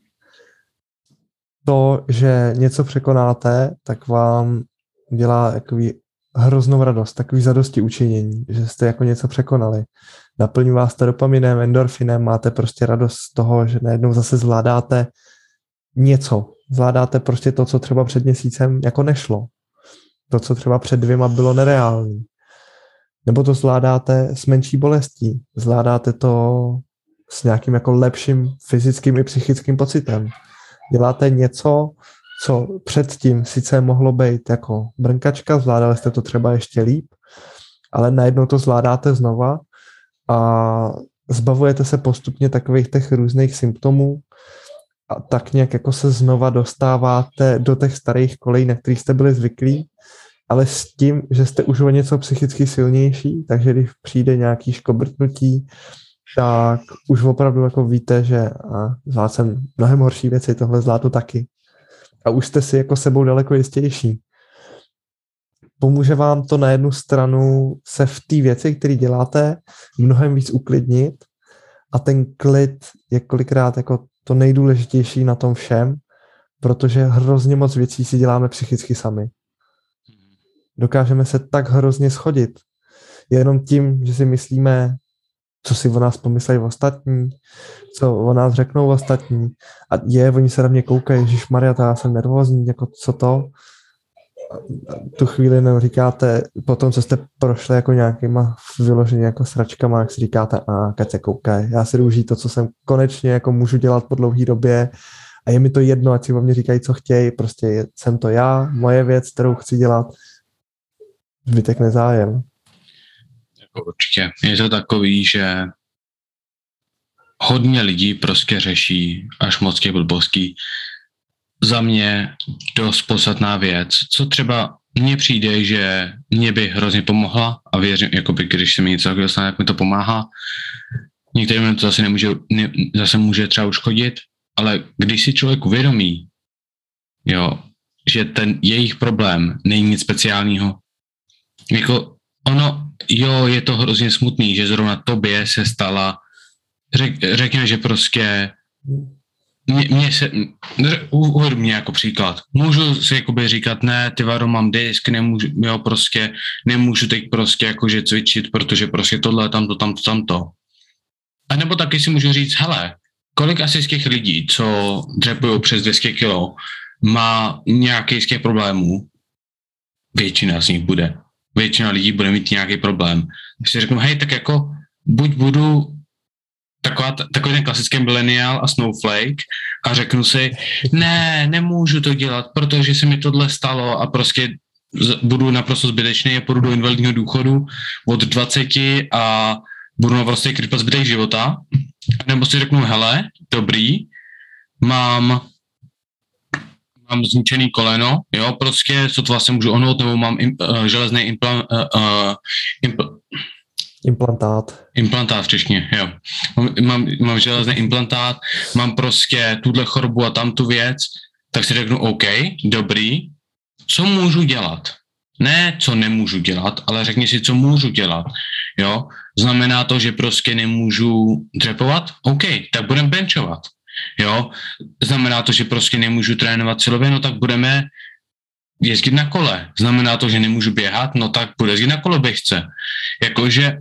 To, že něco překonáte, tak vám dělá takový hroznou radost, takový zadosti učinění, že jste jako něco překonali. Naplňuje vás to dopaminem, endorfinem, máte prostě radost z toho, že najednou zase zvládáte něco. Zvládáte prostě to, co třeba před měsícem jako nešlo. To, co třeba před dvěma bylo nereálný. Nebo to zvládáte s menší bolestí. Zvládáte to s nějakým jako lepším fyzickým i psychickým pocitem. Děláte něco, co předtím sice mohlo být jako brnkačka, zvládali jste to třeba ještě líp, ale najednou to zvládáte znova a zbavujete se postupně takových těch různých symptomů a tak nějak jako se znova dostáváte do těch starých kolejí, na kterých jste byli zvyklí, ale s tím, že jste už o něco psychicky silnější, takže když přijde nějaký škobrtnutí, tak už opravdu jako víte, že a zvládl jsem mnohem horší věci, tohle zvládnu taky. A už jste si jako sebou daleko jistější. Pomůže vám to na jednu stranu se v té věci, které děláte, mnohem víc uklidnit a ten klid je kolikrát jako to nejdůležitější na tom všem, protože hrozně moc věcí si děláme psychicky sami. Dokážeme se tak hrozně shodit. Jenom tím, že si myslíme, co si o nás pomyslejí ostatní, co o nás řeknou ostatní. A je, oni se na mě koukají, ježišmarja, já jsem nervózní, jako co to? Tu chvíli jenom říkáte, potom, co jste prošli jako nějakýma vyloženě jako sračkama, jak si říkáte, a keď se koukaj, já si jdu užít to, co jsem konečně jako můžu dělat po dlouhé době a je mi to jedno, ať si o mě říkají, co chtějí, prostě jsem to já, moje věc, kterou chci dělat, zbytek nezájem. Určitě. Je to takový, že hodně lidí prostě řeší až moc blbostí. Za mě dost podstatná věc, co třeba mně přijde, že mě by hrozně pomohla a věřím, jakoby, když se mi něco takového stane, jak mi to pomáhá. Některým to zase nemůže, ne, zase může třeba uškodit, ale když si člověk uvědomí, jo, že ten jejich problém není nic speciálního, jako ono, jo, je to hrozně smutný, že zrovna tobě se stala, řek, řekněme, že prostě Mě, mě se, uvedu mě jako příklad. Můžu si jakoby říkat, ne, ty vado, mám disk, nemůžu, jo, prostě, nemůžu teď prostě jakože cvičit, protože prostě tohle, tamto, tamto, tamto. A nebo taky si můžu říct, hele, kolik asi z těch lidí, co dřepujou přes dvě stě kilo, má nějaký z těch problémů? Většina z nich bude. Většina lidí bude mít nějaký problém. Když si řeknu, hej, tak jako, buď budu Taková, takový ten klasický millennial a snowflake a řeknu si, ne, nemůžu to dělat, protože se mi tohle stalo a prostě budu naprosto zbytečný a půjdu do invalidního důchodu od dvaceti a budu naprosto krypat zbytek života. Nebo si řeknu, hele, dobrý, mám mám zničený koleno, jo, prostě co to vlastně můžu ohnout, nebo mám im, uh, železný implant, uh, uh, impl- Implantát. Implantát v češtině, jo. Mám, mám, mám železný implantát, mám prostě tuhle chorobu a tam tu věc, tak si řeknu, OK, dobrý, co můžu dělat? Ne, co nemůžu dělat, ale řekni si, co můžu dělat, jo. Znamená to, že prostě nemůžu dřepovat? OK, tak budeme benchovat, jo. Znamená to, že prostě nemůžu trénovat silově? No tak budeme jezdit na kole. Znamená to, že nemůžu běhat? No tak bude jezdit na koloběžce. Jakože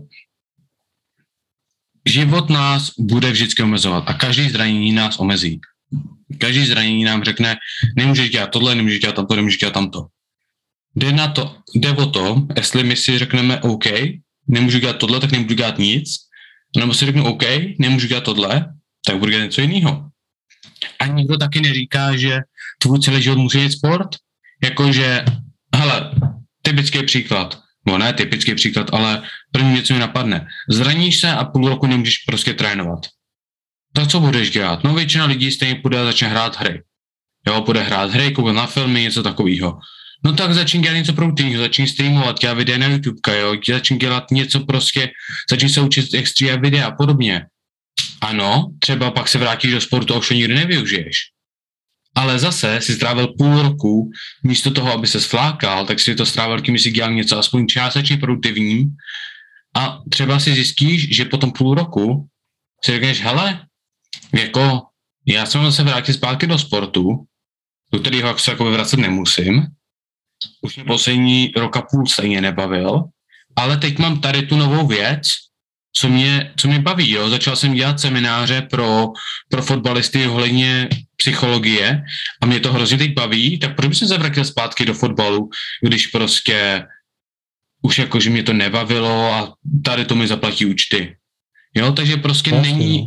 život nás bude vždycky omezovat a každý zranění nás omezí. Každý zranění nám řekne, nemůžeš dělat tohle, nemůžeš dělat tamto, nemůžeš dělat tamto. Jde, na to, jde o to, jestli my si řekneme OK, nemůžu dělat tohle, tak nemůžu dělat nic, nebo si řeknu OK, nemůžu dělat tohle, tak budu dělat něco jiného. A nikdo taky neříká, že tvůj celý život musí být sport, jakože, hele, typický příklad, no ne typický příklad, ale první něco mi napadne. Zraníš se a půl roku nemůžeš prostě trénovat. Tak co budeš dělat? No většina lidí stejně půjde a začne hrát hry. Jo, bude hrát hry, koukat na filmy, něco takového. No tak začni dělat něco produktivního, začni streamovat, dělat videa na YouTube, jo, začni dělat něco prostě, začni se učit, jak stříhat videa a podobně. Ano, třeba pak se vrátíš do sportu a už to nikdy nevyužiješ. Ale zase si strávil půl roku, místo toho, aby se sflákal, tak si to strávil tím, že si dělal něco aspoň částečně produktivní a třeba si zjistíš, že po tom půl roku si řekneš, hele, jako já jsem se vrátil zpátky do sportu, do kterého se jako vracet nemusím, už mě poslední rok a půl stejně nebavil, ale teď mám tady tu novou věc, co mě, co mě baví, jo. Začal jsem dělat semináře pro, pro fotbalisty ohledně psychologie a mě to hrozně teď baví, tak proč bych se vrátil zpátky do fotbalu, když prostě už jako, že mě to nebavilo a tady to mi zaplatí účty. Jo, takže prostě Jasně. není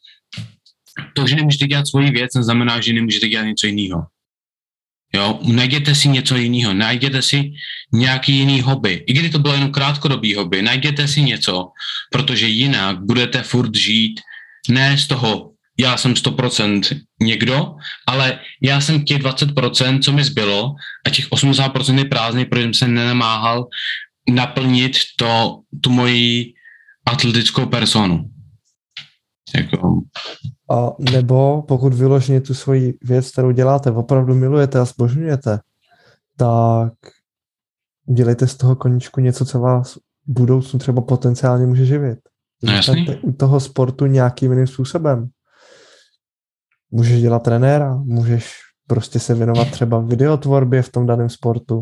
to, že nemůžete dělat svoji věc, neznamená, že nemůžete dělat něco jiného. Jo, najděte si něco jiného, najděte si nějaký jiný hobby. I když to bylo jenom krátkodobý hobby, najděte si něco, protože jinak budete furt žít ne z toho, já jsem sto procent někdo, ale já jsem těch dvacet procent, co mi zbylo a těch osmdesát procent je prázdný, protože jsem se nenamáhal naplnit to, tu moji atletickou personu. Jako... A nebo pokud vyloženě tu svoji věc, kterou děláte, opravdu milujete a zbožňujete, tak udělejte z toho koníčku něco, co vás v budoucnu třeba potenciálně může živit. Zůstaňte u toho sportu nějakým jiným způsobem. Můžeš dělat trenéra, můžeš prostě se věnovat třeba videotvorbě v tom daném sportu.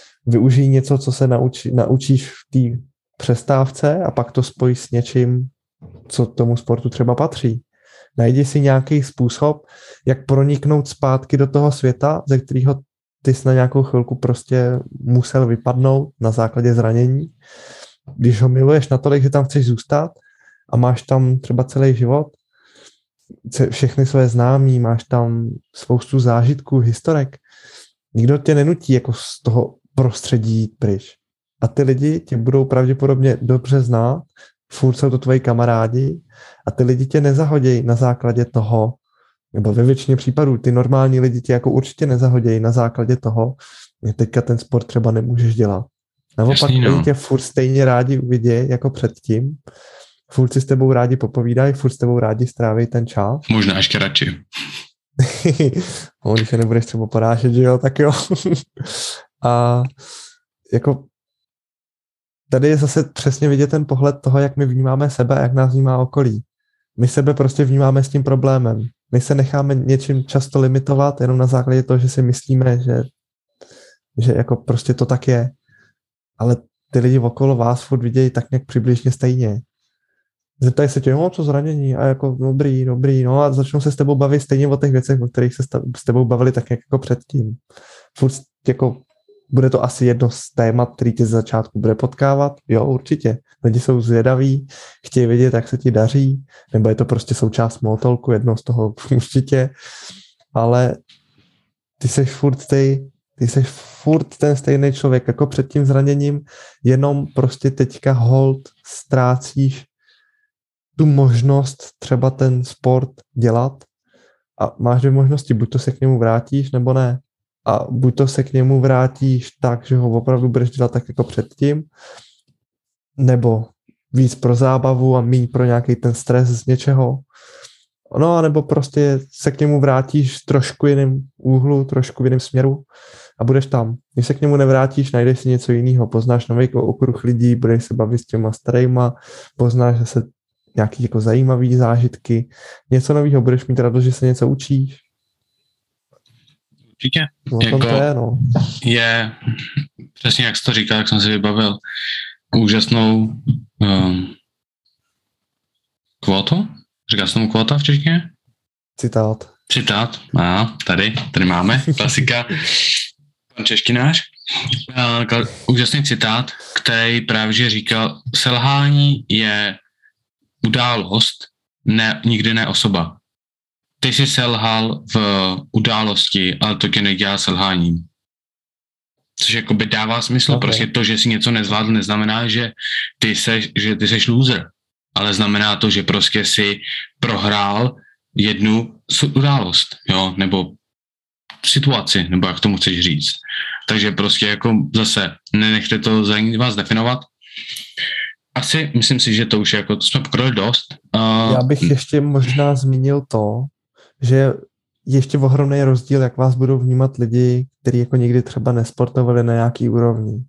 Využij něco, co se naučí, naučíš v té přestávce a pak to spojíš s něčím, co tomu sportu třeba patří. Najdi si nějaký způsob, jak proniknout zpátky do toho světa, ze kterého ty jsi na nějakou chvilku prostě musel vypadnout na základě zranění. Když ho miluješ natolik, že tam chceš zůstat a máš tam třeba celý život, všechny své známí, máš tam spoustu zážitků, historek, nikdo tě nenutí jako z toho prostředí jít pryč. A ty lidi tě budou pravděpodobně dobře znát, furt jsou to tvoji kamarádi a ty lidi tě nezahodějí na základě toho, nebo ve většině případů ty normální lidi tě jako určitě nezahodějí na základě toho, že teďka ten sport třeba nemůžeš dělat. Naopak no. Oni tě furt stejně rádi uvidějí jako předtím, furt si s tebou rádi popovídají, furt s tebou rádi stráví ten čas. Možná ještě radši. No, když se nebudeš třeba porážet, že jo, tak jo. A jako tady je zase přesně vidět ten pohled toho, jak my vnímáme sebe a jak nás vnímá okolí. My sebe prostě vnímáme s tím problémem. My se necháme něčím často limitovat jenom na základě toho, že si myslíme, že, že jako prostě to tak je. Ale ty lidi okolo vás furt vidějí tak nějak přibližně stejně. Zeptají se tě, no co zranění a jako dobrý, dobrý, no a začnou se s tebou bavit stejně o těch věcech, o kterých se s tebou bavili tak nějak jako předtím. Furt jako bude to asi jedno z témat, který tě z začátku bude potkávat. Jo, určitě. Lidi jsou zvědaví, chtějí vědět, jak se ti daří, nebo je to prostě součást motolku, jedno z toho určitě, ale ty seš furt tej, ty seš furt ten stejný člověk jako před tím zraněním, jenom prostě teďka hold ztrácíš tu možnost třeba ten sport dělat a máš dvě možnosti, buď to se k němu vrátíš, nebo ne. A buď to se k němu vrátíš tak, že ho opravdu budeš dělat tak jako předtím, nebo víc pro zábavu a míň pro nějaký ten stres z něčeho. No, nebo prostě se k němu vrátíš trošku jiným úhlu, trošku v jiném směru a budeš tam. Když se k němu nevrátíš, najdeš si něco jiného, poznáš nový okruh lidí, budeš se bavit s těma starýma, poznáš zase nějaký jako zajímavý zážitky, něco nového, budeš mít radost, že se něco učíš. Určitě. No, jako to je, no. je, přesně jak jsi to říkal, jak jsem si vybavil, úžasnou um, kvotu? Říkal jsem tomu kvota v češtině? Citát. Citát, a tady, tady máme, klasika, pan češtinář. Uh, úžasný citát, který právě že říkal, selhání je událost, ne, nikdy ne osoba. Ty jsi selhal v události, ale to tě nedělá selháním. Což jakoby dává smysl. Okay. Prostě to, že jsi něco nezvládl, neznamená, že ty seš, že ty seš loser. Ale znamená to, že prostě si prohrál jednu událost, jo, nebo situaci, nebo jak tomu chceš říct. Takže prostě jako zase nenechte to za vás definovat. Asi myslím si, že to už jako, to jsme pokryli dost. Uh, Já bych ještě možná zmínil to, že ještě ohromný rozdíl, jak vás budou vnímat lidi, kteří jako někdy třeba nesportovali na nějaký úrovni.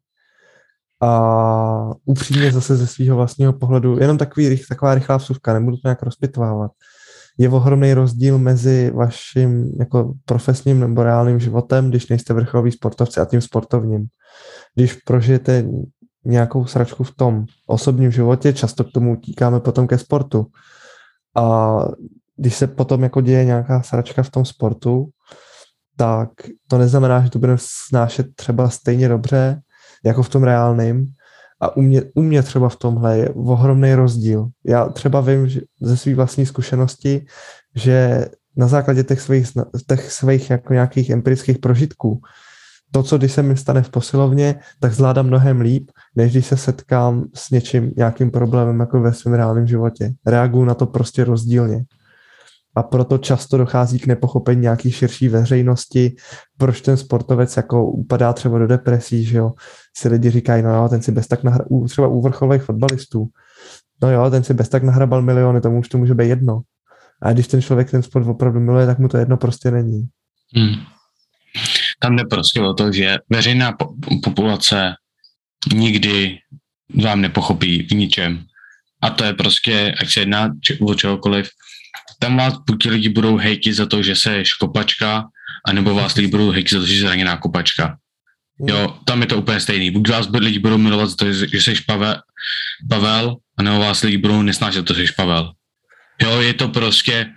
A upřímně zase ze svého vlastního pohledu, jenom takový, taková rychlá vsuvka, nebudu to nějak rozpitvávat. Je ohromný rozdíl mezi vaším jako profesním nebo reálným životem, když nejste vrcholový sportovci, a tím sportovním. Když prožijete nějakou sračku v tom osobním životě, často k tomu utíkáme potom ke sportu. A když se potom jako děje nějaká sračka v tom sportu, tak to neznamená, že to budeme snášet třeba stejně dobře, jako v tom reálném. A u mě, u mě třeba v tomhle je ohromný rozdíl. Já třeba vím že ze své vlastní zkušenosti, že na základě těch svých, těch svých jako nějakých empirických prožitků, to, co když se mi stane v posilovně, tak zvládám mnohem líp, než když se setkám s něčím, nějakým problémem jako ve svém reálném životě. Reaguju na to prostě rozdílně. A proto často dochází k nepochopení nějaký širší veřejnosti, proč ten sportovec jako upadá třeba do depresí, že jo. Si lidi říkají, no jo, ten si bez tak nahrabal, třeba u vrcholových fotbalistů, no jo, ten si bez tak nahrabal miliony, tomu už to může být jedno. A když ten člověk ten sport opravdu miluje, tak mu to jedno prostě není. Hmm. Tam jde prostě o to, že veřejná po- populace nikdy vám nepochopí v ničem. A to je prostě, ať se jedná o čehokoliv, tam vás buď lidi budou hejtit za to, že seš kopačka, anebo vás lidi budou hejtit za to, že jsi zraněná kopačka. Jo, tam je to úplně stejný. Buď vás lidi budou milovat za to, že jsi Pavel, Pavel, a nebo vás lidi budou nesnášet to, že jsi Pavel. Jo, je to prostě...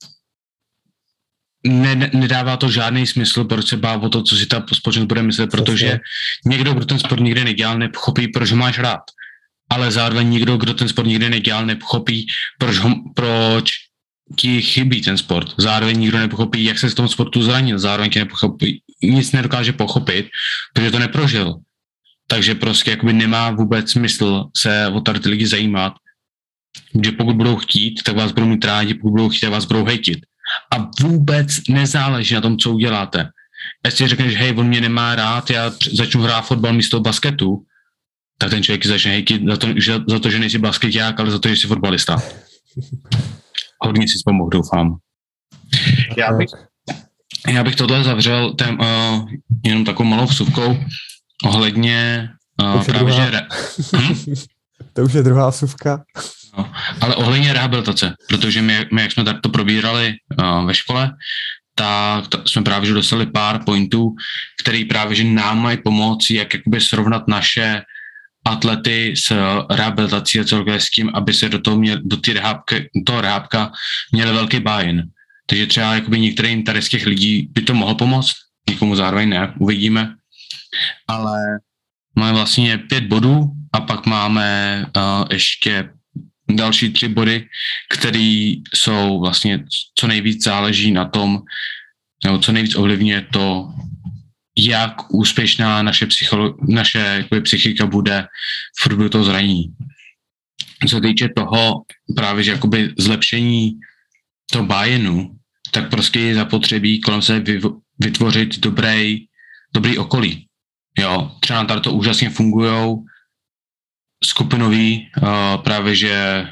Ne, ne, nedává to žádný smysl, proč se bát o to, co si ta společnost bude myslet, protože někdo, kdo ten sport nikdy nedělal, nepochopí, proč ho máš rád. Ale zároveň někdo, kdo ten sport nikdy nedělal, nepochopí, proč, ho, proč ti chybí ten sport. Zároveň nikdo nepochopí, jak se v tom sportu zranil. Zároveň ti nepochopí, nic nedokáže pochopit, protože to neprožil. Takže prostě jakoby nemá vůbec smysl se o tady ty lidi zajímat, že pokud budou chtít, tak vás budou mít rádi, pokud budou chtít, tak vás budou hejtit. A vůbec nezáleží na tom, co uděláte. Jestli řekneš, hej, on mě nemá rád, já začnu hrát fotbal místo basketu, tak ten člověk začne hejtit za to, že, za to, že nejsi basketák, ale za to, že jsi fotbalista. Hodně si pomohl, doufám. Já bych, já bych tohle zavřel tém, uh, jenom takovou malou vsuvkou ohledně uh, právě, že... Re... Hm? To už je druhá vsuvka. No, ale ohledně rehabilitace, protože my, my jak jsme to probírali uh, ve škole, tak to, jsme právě že dostali pár pointů, který právě že nám mají pomoci, jak jakoby srovnat naše atlety s rehabilitací a celkově s tím, aby se do toho, měl, do ty rehábky, toho rehábka měli velký buy-in. Takže třeba jakoby některým tady z těch lidí by to mohlo pomoct, někomu zároveň ne, uvidíme. Ale máme vlastně pět bodů a pak máme uh, ještě další tři body, které jsou vlastně, co nejvíc záleží na tom, nebo co nejvíc ovlivňuje to, jak úspěšná naše, psycholo- naše jakoby, psychika bude v průběhu toho zranění. Co se týče toho právě, že jakoby zlepšení toho buy-inu, tak prostě je zapotřebí kolem se vytvořit dobrý, dobrý okolí. Jo, třeba tady to úžasně fungujou skupinový, uh, právě že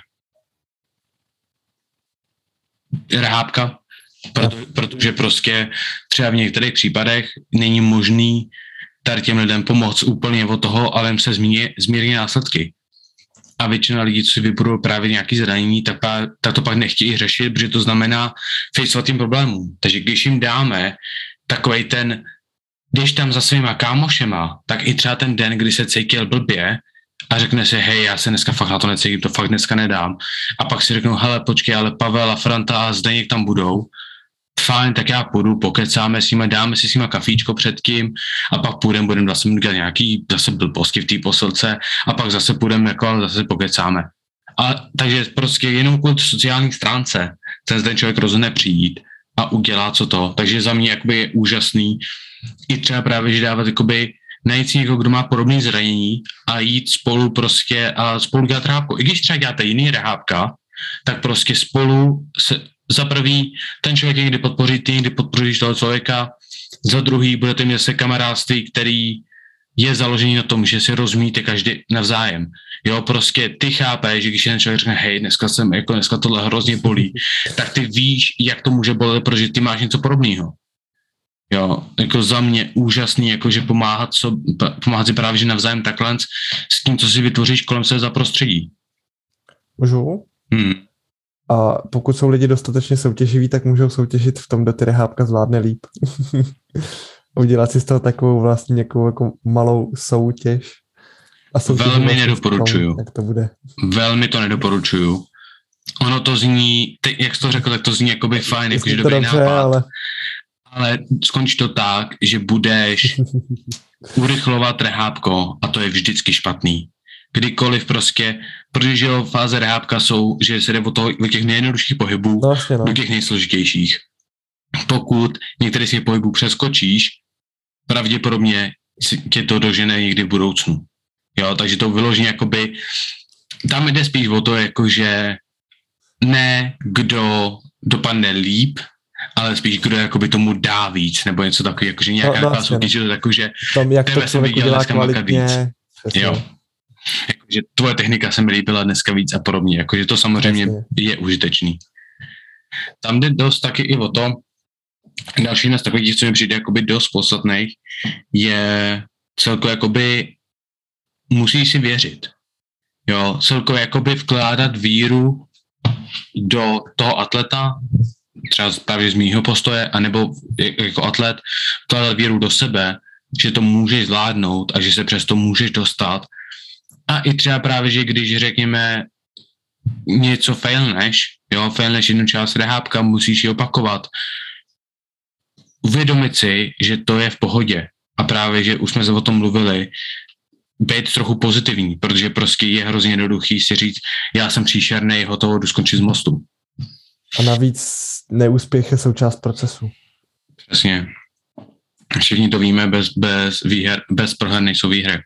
rehábka, proto, protože prostě třeba v některých případech není možný tady těm lidem pomoct úplně od toho, ale jim se zmíní, zmírní následky. A většina lidí, co si vybudou právě nějaký zranění, tak, tak to pak nechtějí řešit, protože to znamená faceovat tím problémům. Takže když jim dáme takovej ten, když tam za svýma kámošema, tak i třeba ten den, kdy se cítil blbě, a řekne si, hej, já se dneska fakt na to necítím, to fakt dneska nedám. A pak si řeknou, hele, počkej, ale Pavel a Franta a Zdeněk tam budou. Fajn, tak já půjdu, pokecáme s nimi, dáme si s nimi kafíčko předtím a pak půjdeme, budeme zase mít nějaký zase blbosti v té posilce a pak zase půjdeme, jako zase pokecáme. A takže prostě jenom kvůli sociální stránce ten ten člověk rozhodne přijít a udělá co to. Takže za mě jakoby je úžasný i třeba právě, že dávat jakoby najít si někoho, kdo má podobné zranění a jít spolu prostě a spolu dělat rehábku. I když třeba děláte jiný rehábka, tak prostě spolu se za prvý ten člověk někdy podpoří, ty někdy podpoříš toho člověka, za druhý budete mít se kamarádství, který je založený na tom, že si rozumíte každý navzájem. Jo, prostě ty chápeš, že když jeden člověk řekne, hej, dneska jsem, jako dneska tohle hrozně bolí, tak ty víš, jak to může bolet, protože ty máš něco podobného. Jo, jako za mě úžasný, jakože pomáhat, so, pomáhat si právě že navzájem takhle s tím, co si vytvoříš kolem sebe za prostředí. Můžu? Hmm. A pokud jsou lidi dostatečně soutěživí, tak můžou soutěžit v tom, kdo ty rehábka zvládne líp. Udělat si z toho takovou vlastně nějakou jako malou soutěž. A velmi vlastně nedoporučuju. Tom, jak to bude. Velmi to nedoporučuju. Ono to zní, ty, jak jsi to řekl, tak to zní jakoby fajn, jakože dobrý dobře, nápad. Ale... ale skončí to tak, že budeš urychlovat rehábko a to je vždycky špatný. Kdykoliv prostě, protože jo, fáze rehábka jsou, že se jde od, toho, od těch nejjednodušších pohybů no, vlastně, no. do těch nejsložitějších. Pokud některý z těch pohybů přeskočíš, pravděpodobně tě to dožene někdy v budoucnu. Jo, takže to vyloží jakoby, tam jde spíš o to, jakože ne kdo dopadne líp, ale spíš kdo jakoby tomu dá víc, nebo něco takového, jakože nějaká no, soutěž, že to jako, že tom, jak to člověk udělá kvalitně. Jo. Jakože tvoje technika se mi líbila dneska víc a podobně, jakože to samozřejmě Jasně. je užitečný. Tam jde dost taky i o to, další jedna z takových, co mi přijde jakoby dost podstatných, je celkově jakoby musíš si věřit. Jo, celkově jakoby vkládat víru do toho atleta, třeba právě z mýho postoje, anebo jako atlet vkládat víru do sebe že to můžeš zvládnout a že se přesto můžeš dostat. A i třeba právě, že když řekněme něco failneš, jo, failneš jednu část rehábka, musíš ji opakovat. Uvědomit si, že to je v pohodě. A právě, že už jsme se o tom mluvili, být trochu pozitivní, protože prostě je hrozně jednoduchý si říct, já jsem příšernej, hotovo, jdu skončit z mostu. A navíc neúspěch je součást procesu. Přesně. Všichni to víme, bez, bez, výher, bez proher nejsou výhry.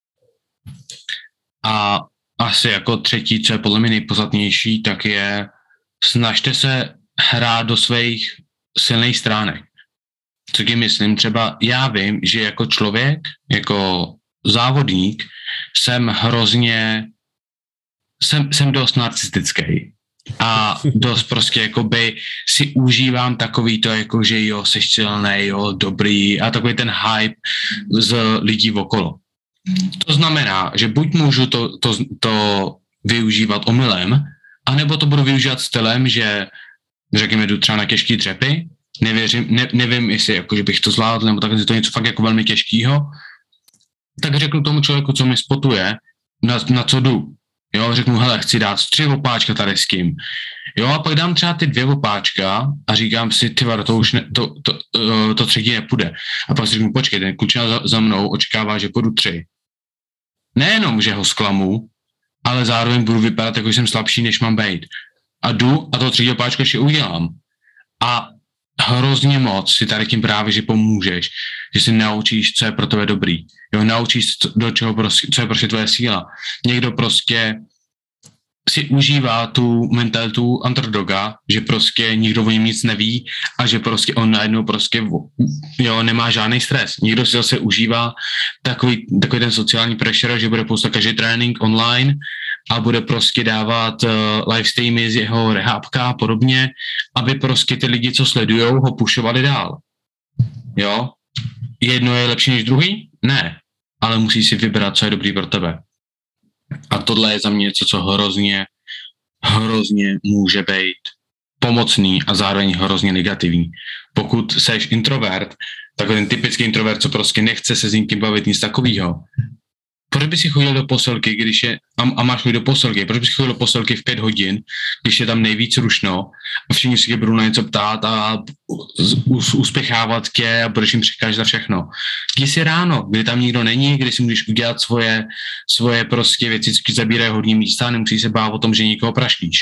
A asi jako třetí, co je podle mě nejpodstatnější, tak je snažte se hrát do svých silných stránek. Co tím myslím? Třeba já vím, že jako člověk, jako závodník jsem hrozně, jsem, jsem dost narcistický a dost prostě jakoby si užívám takový to, jako že jo, seš silnej, jo, dobrý a takový ten hype z lidí okolo. To znamená, že buď můžu to, to, to využívat omylem, anebo to budu využívat stylem, že řekněme, jdu třeba na těžký dřepy, nevěřím, ne, nevím, jestli jako, že bych to zvládl, nebo tak, to je něco fakt jako velmi těžkýho, tak řeknu tomu člověku, co mi spotuje, na, na co jdu. Jo, řeknu, hele, chci dát tři opáčka tady s kým. Jo, a pak dám třeba ty dvě opáčka a říkám si, ty vado, to už ne, to, to, to, to třetí nepůjde. A pak si řeknu, počkej, ten klučina za, za mnou očekává, že půjdu tři. Nejenom, že ho zklamu, ale zároveň budu vypadat, jako jsem slabší, než mám být. A jdu a to třetí opáčka ještě udělám. A hrozně moc si tady tím právě, že pomůžeš, že si naučíš, co je pro tebe dobrý. Jo, naučíš, do čeho prostě, co je prostě tvoje síla. Někdo prostě si užívá tu mentalitu underdoga, že prostě nikdo o něm nic neví a že prostě on najednou prostě jo, nemá žádný stres. Někdo si zase užívá takový, takový ten sociální pressure, že bude poslat každý trénink online a bude prostě dávat uh, live streamy z jeho rehábka a podobně, aby prostě ty lidi, co sledujou, ho pušovali dál. Jo? Jedno je lepší než druhý? Ne. Ale musí si vybrat, co je dobrý pro tebe. A tohle je za mě něco, co hrozně, hrozně může být pomocný a zároveň hrozně negativní. Pokud seš introvert, tak ten typický introvert, co prostě nechce se s někým bavit, nic takového. Proč bys si chodil do posilky, když je, a, a máš chodit do posilky, proč bys si chodil do posilky v pět hodin, když je tam nejvíc rušno a všichni si tě budou na něco ptát a uspěchávat tě a budeš jim překážet všechno. Jdi si ráno, kdy tam nikdo není, kdy si můžeš udělat svoje, svoje prostě věci, co zabírají hodně místa a nemusíš se bát o tom, že někoho praštíš.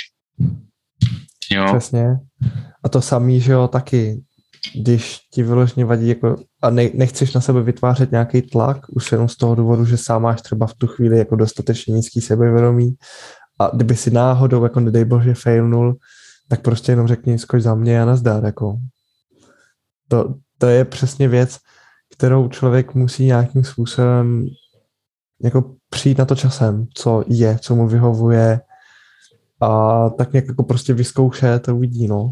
Jo? Přesně. A to samý, že jo, taky, když ti vyloženě vadí jako, a ne, nechceš na sebe vytvářet nějaký tlak, už jenom z toho důvodu, že sám máš třeba v tu chvíli jako dostatečně nízký sebevědomí a kdyby si náhodou, jako nedej bože, failnul, tak prostě jenom řekni, skoč za mě a nazdar, jako. To, to je přesně věc, kterou člověk musí nějakým způsobem jako přijít na to časem, co je, co mu vyhovuje a tak nějak jako prostě vyzkoušet a uvidí, no.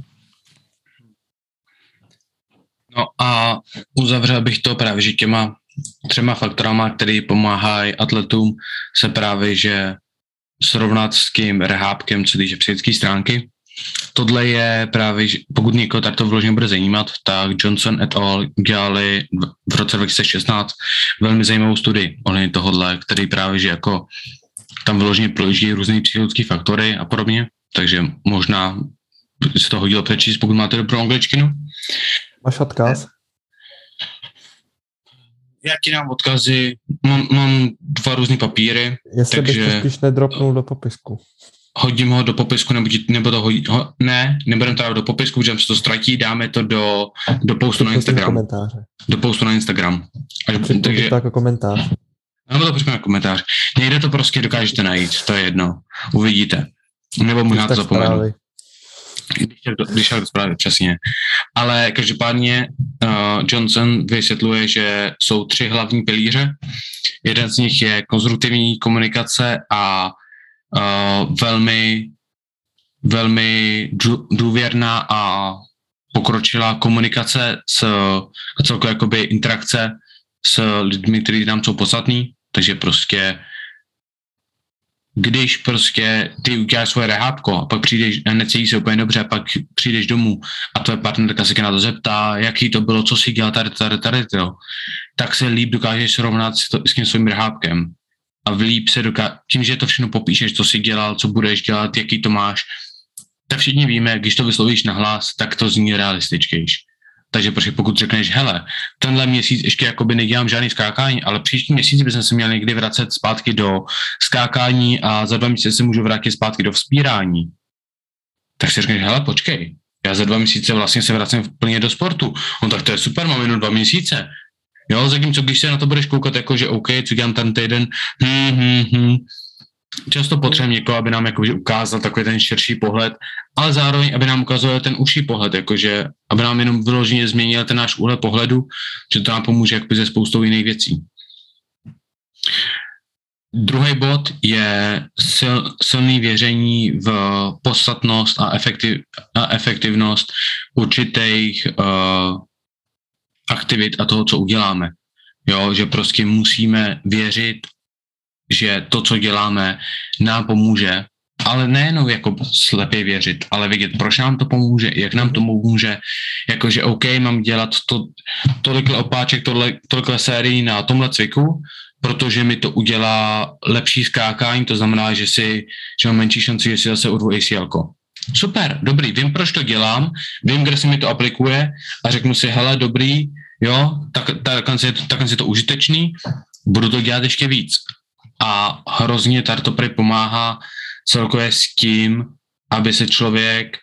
No a uzavřel bych to právě, že těma třema faktorama, který pomáhají atletům, se právě, že srovnat s tím rehábkem, co týče psychické stránky. Tohle je právě, že pokud někoho tak to vložně bude zajímat, tak Johnson et al. Dělali v roce dva tisíce šestnáct velmi zajímavou studii ohledně tohohle, který právě, že jako tam vložně projíždí různé psychické faktory a podobně, takže možná se to hodilo přečíst, pokud máte dobrou angličtinu. Máš odkaz? Já ti dám odkazy, mám, mám dva různý papíry. Jestli takže bych to spíš nedropnul do popisku. Hodím ho do popisku, nebo, ti, nebo to hodí, ho, ne, nebudeme to dát do popisku, protože se to ztratí, dáme to do, do postu na Instagram. Komentáře. Do postu na Instagram. Až, takže, to jako komentář. Nebo to počkejme na komentář. Někde to prostě dokážete najít, to je jedno. Uvidíte. Nebo možná to zapomenu. Když tak, když tak zprávy, přesně. Ale každopádně uh, Johnson vysvětluje, že jsou tři hlavní pilíře. Jeden z nich je konstruktivní komunikace a uh, velmi, velmi důvěrná a pokročilá komunikace s celkově jakoby interakce s lidmi, kteří nám jsou podstatní. Takže prostě když prostě ty uděláš svoje rehábko a pak přijdeš a necítíš se úplně dobře a pak přijdeš domů a tvoje partnerka se na to zeptá, jaký to bylo, co jsi dělal tady, tady, tady, jo, tak se líp dokážeš srovnat s, to, s tím svým rehábkem a líp se dokážeš, tím, že to všechno popíšeš, co jsi dělal, co budeš dělat, jaký to máš, tak všichni víme, když to vyslovíš nahlas, tak to zní realističtější. Takže prostě pokud řekneš, hele, tenhle měsíc ještě jakoby nedělám žádný skákání, ale příští měsíc bych se měl někdy vracet zpátky do skákání a za dva měsíce se můžu vrátit zpátky do vzpírání, tak si řekneš, hele, počkej, já za dva měsíce vlastně se vracím plně do sportu. No tak to je super, mám jenom dva měsíce. Jo, zatímco když se na to budeš koukat jako, že OK, co dělám ten týden, hm, hm, hm. Často potřebujeme někoho, aby nám jakože ukázal takový ten širší pohled, ale zároveň, aby nám ukazoval ten užší pohled, jakože, aby nám jenom vyloženě změnil ten náš úhled pohledu, že to nám pomůže jakoby ze spoustou jiných věcí. Druhý bod je sil, silný věření v podstatnost a, efektiv, a efektivnost určitých uh, aktivit a toho, co uděláme. Jo, že prostě musíme věřit, že to, co děláme, nám pomůže, ale nejenom jako slepě věřit, ale vědět, proč nám to pomůže, jak nám to pomůže, jakože OK, mám dělat to, tolikle opáček, tolik, tolikle sérií na tomhle cviku, protože mi to udělá lepší skákání, to znamená, že si, že mám menší šanci, že si zase urvu A C L ko. Super, dobrý, vím, proč to dělám, vím, kde se mi to aplikuje a řeknu si, hele, dobrý, jo, tak, tak, je to, tak je to užitečný, budu to dělat ještě víc. A hrozně tady to prý pomáhá celkově s tím, aby se člověk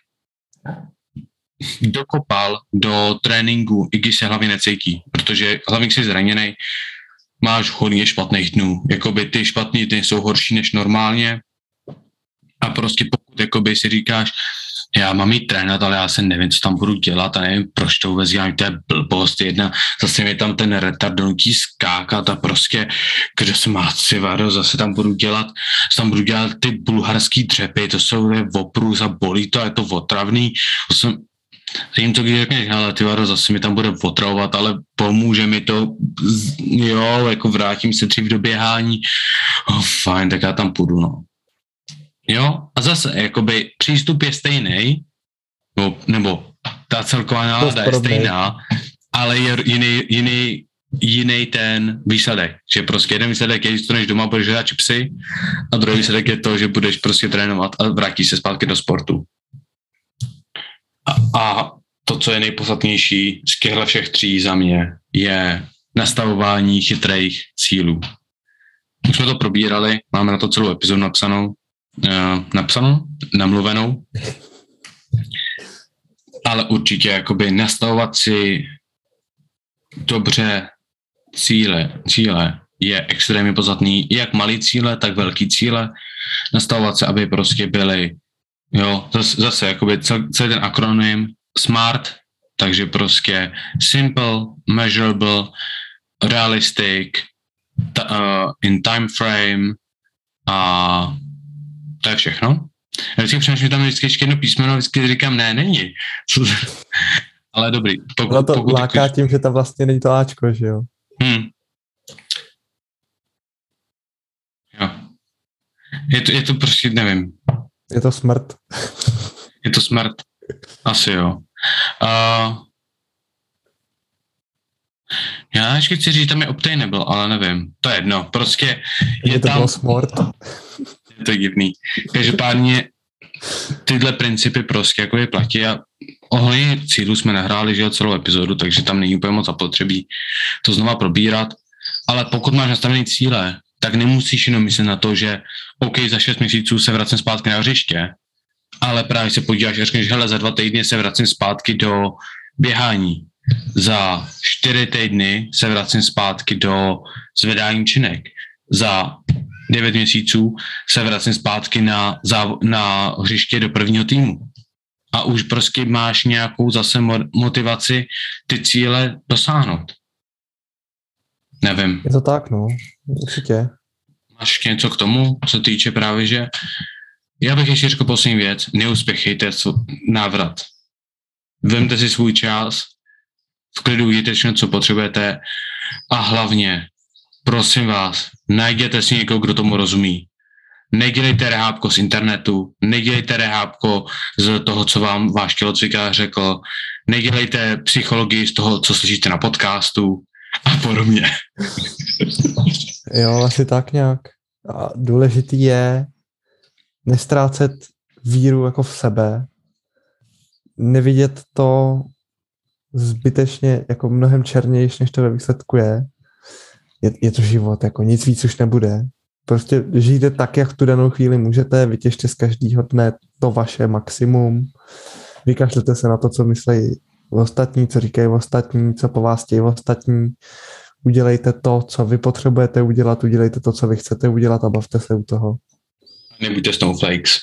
dokopal do tréninku, i když se hlavně necítí, protože hlavně jsi zraněnej, máš hodně špatných dnů, jakoby ty špatný dny jsou horší než normálně a prostě pokud jakoby si říkáš, já mám jít trénat, ale já se nevím, co tam budu dělat a nevím, proč to vůbec dělám, to je blbost jedna, zase mi tam ten retard donutí skákat a prostě, kdo se má civaro, zase tam budu dělat, tam budu dělat ty bulharský dřepy, to jsou oprus a bolí to a je to otravný, to jsem, tím to, když řekneš, hele, ty varo, zase mi tam bude otravovat, ale pomůže mi to, jo, jako vrátím se dřív do běhání, oh, fajn, tak já tam půjdu, no. Jo, a zase, jakoby přístup je stejný, nebo, nebo ta celková nálada je stejná, ale je jiný, jiný, jiný ten výsledek, že prostě jeden výsledek je, že to než doma budeš hrát čipsy a druhý výsledek je to, že budeš prostě trénovat a vrátíš se zpátky do sportu. A, a to, co je nejpodstatnější z těchto všech tří za mě, je nastavování chytrých cílů. Už jsme to probírali, máme na to celou epizodu napsanou, Uh, napsanou, namluvenou, ale určitě jakoby nastavovat si dobře cíle, cíle je extrémně podstatný, jak malý cíle, tak velký cíle, nastavovat se, aby prostě byly, jo, zase, zase jakoby cel, celý ten akronym SMART, takže prostě simple, measurable, realistic, t- uh, in time frame a to je všechno. Já vždycky přemýšlím, že tam je vždycky ještě jedno písmeno a vždycky říkám, ne, není. Ale dobrý. Pokud, no to pokud láká tím, že tam vlastně není to Ačko, že jo? Hmm. Jo. Je to, je to prostě, nevím. Je to smrt. Je to smrt. Asi jo. Uh, já ještě chci říct, tam je obtainable, ale nevím. To je jedno. Prostě je, je to tam... bylo smrt. To je divný. Každopádně tyhle principy prostě jako je platí a ohledně cílu jsme nahráli, že celou epizodu, takže tam není úplně moc zapotřebí to znova probírat, ale pokud máš nastavený cíle, tak nemusíš jenom myslet na to, že OK, za šest měsíců se vracím zpátky na hřiště, ale právě se podíváš a řekneš, hele, za dva týdny se vracím zpátky do běhání, za čtyři týdny se vracím zpátky do zvedání činek, za devět měsíců se vracím zpátky na, na hřiště do prvního týmu. A už prostě máš nějakou zase motivaci ty cíle dosáhnout. Nevím. Je to tak, no. Určitě. Máš něco k tomu, co týče právě, že já bych ještě řekl poslední věc, neuspěchejte návrat. Vemte si svůj čas, v klidu jděte všechno, co potřebujete a hlavně prosím vás, najděte si někoho, kdo tomu rozumí. nedělejte rehábko z internetu, nedělejte rehábko z toho, co vám váš tělocvikář řekl, nedělejte psychologii z toho, co slyšíte na podcastu a podobně. Jo, asi tak nějak. A důležitý je nestrácet víru jako v sebe, nevidět to zbytečně jako mnohem černější, než to ve výsledku je. je. Je to život, jako nic víc už nebude. Prostě žijte tak, jak v tu danou chvíli můžete, vytěžte z každého dne to vaše maximum, vykašlete se na to, co myslejí ostatní, co říkají ostatní, co po vás chtějí ostatní, udělejte to, co vy potřebujete udělat, udělejte to, co vy chcete udělat a bavte se u toho. Nebuďte snowflakes.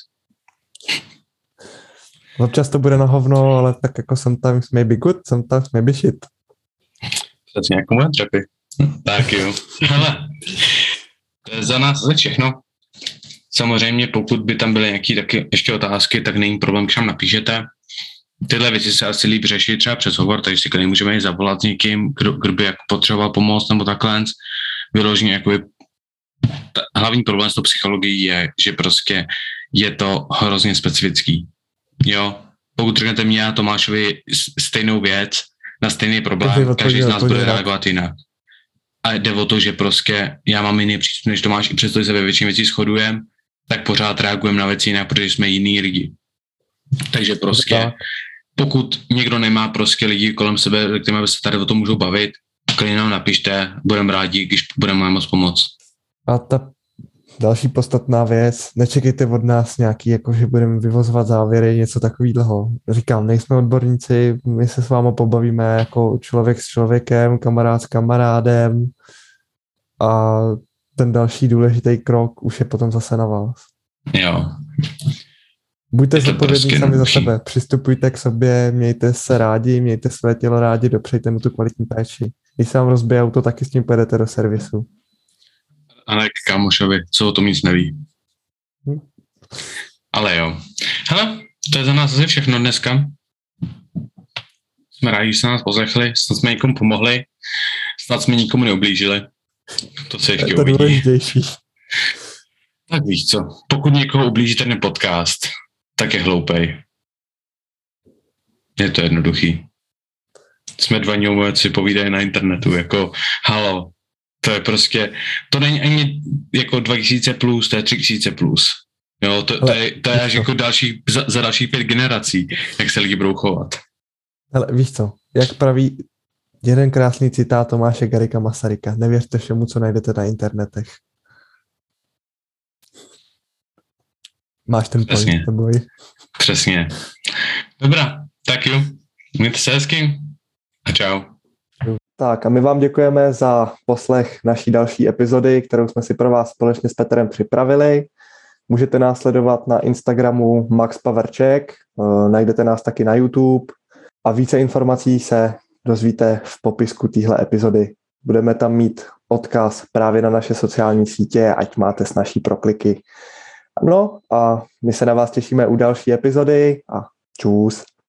Občas to bude na hovno, ale tak jako sometimes may be good, sometimes may be shit. Přesně jako moje třepy. Tak jo. Hele, to je za nás za všechno. Samozřejmě, pokud by tam byly nějaké taky ještě otázky, tak není problém, když nám napíšete. Tyhle věci se asi líp řeší třeba přes hovor, takže si můžeme jít zavolat s někým, kdo, kdo by jako potřeboval pomoct nebo takhle. Vyloženě jakoby ta, hlavní problém s tou psychologií je, že prostě je to hrozně specifický. Jo, pokud řeknete mě a Tomášovi stejnou věc na stejný problém, každý z nás bude reagovat jinak. A jde o to, že prostě já mám jiný přístup než Tomáš, i přesto, že se ve většině věcí shodujeme, tak pořád reagujeme na věci jinak, protože jsme jiný lidi. Takže prostě, pokud někdo nemá prostě lidi kolem sebe, kterými se tady o tom můžou bavit, klidně nám napište, budeme rádi, když budeme moct pomoct. A ta další podstatná věc, nečekejte od nás nějaký, jako že budeme vyvozovat závěry, něco takového. Říkám, nejsme odborníci, my se s váma pobavíme jako člověk s člověkem, kamarád s kamarádem a ten další důležitý krok už je potom zase na vás. Jo. Buďte zodpovědní prostě sami za sebe, přistupujte k sobě, mějte se rádi, mějte své tělo rádi, dopřejte mu tu kvalitní péči. Když se vám rozbije auto, taky s tím pojedete do servisu. Ale k kámošovi, co o tom nic neví. Hm. Ale jo. Hele, to je za nás asi všechno dneska. Jsme rádi, že se nás poslechli, snad jsme někomu pomohli, snad jsme nikomu neublížili. To se ještě to uvidí. Důležitější. Tak víš co, pokud někoho ublíží ten podcast, tak je hloupej. Je to jednoduchý. Jsme dva ňoumoci povídají na internetu, jako halo. To je prostě, to není ani jako dva tisíce plus, to je tři tisíce plus. Jo, to, to je, to je až jako další, za, za další pět generací, jak se lidi budou chovat. Ale víš co, jak praví jeden krásný citát Tomáše Garrigua Masaryka, nevěřte všemu, co najdete na internetech. Máš ten point, to boj. Přesně. Dobrá, tak jo, mějte se hezky a čau. Tak a my vám děkujeme za poslech naší další epizody, kterou jsme si pro vás společně s Petrem připravili. Můžete nás sledovat na Instagramu Max Paverček, najdete nás taky na YouTube a více informací se dozvíte v popisku téhle epizody. Budeme tam mít odkaz právě na naše sociální sítě, ať máte snazší prokliky. No a my se na vás těšíme u další epizody a čus.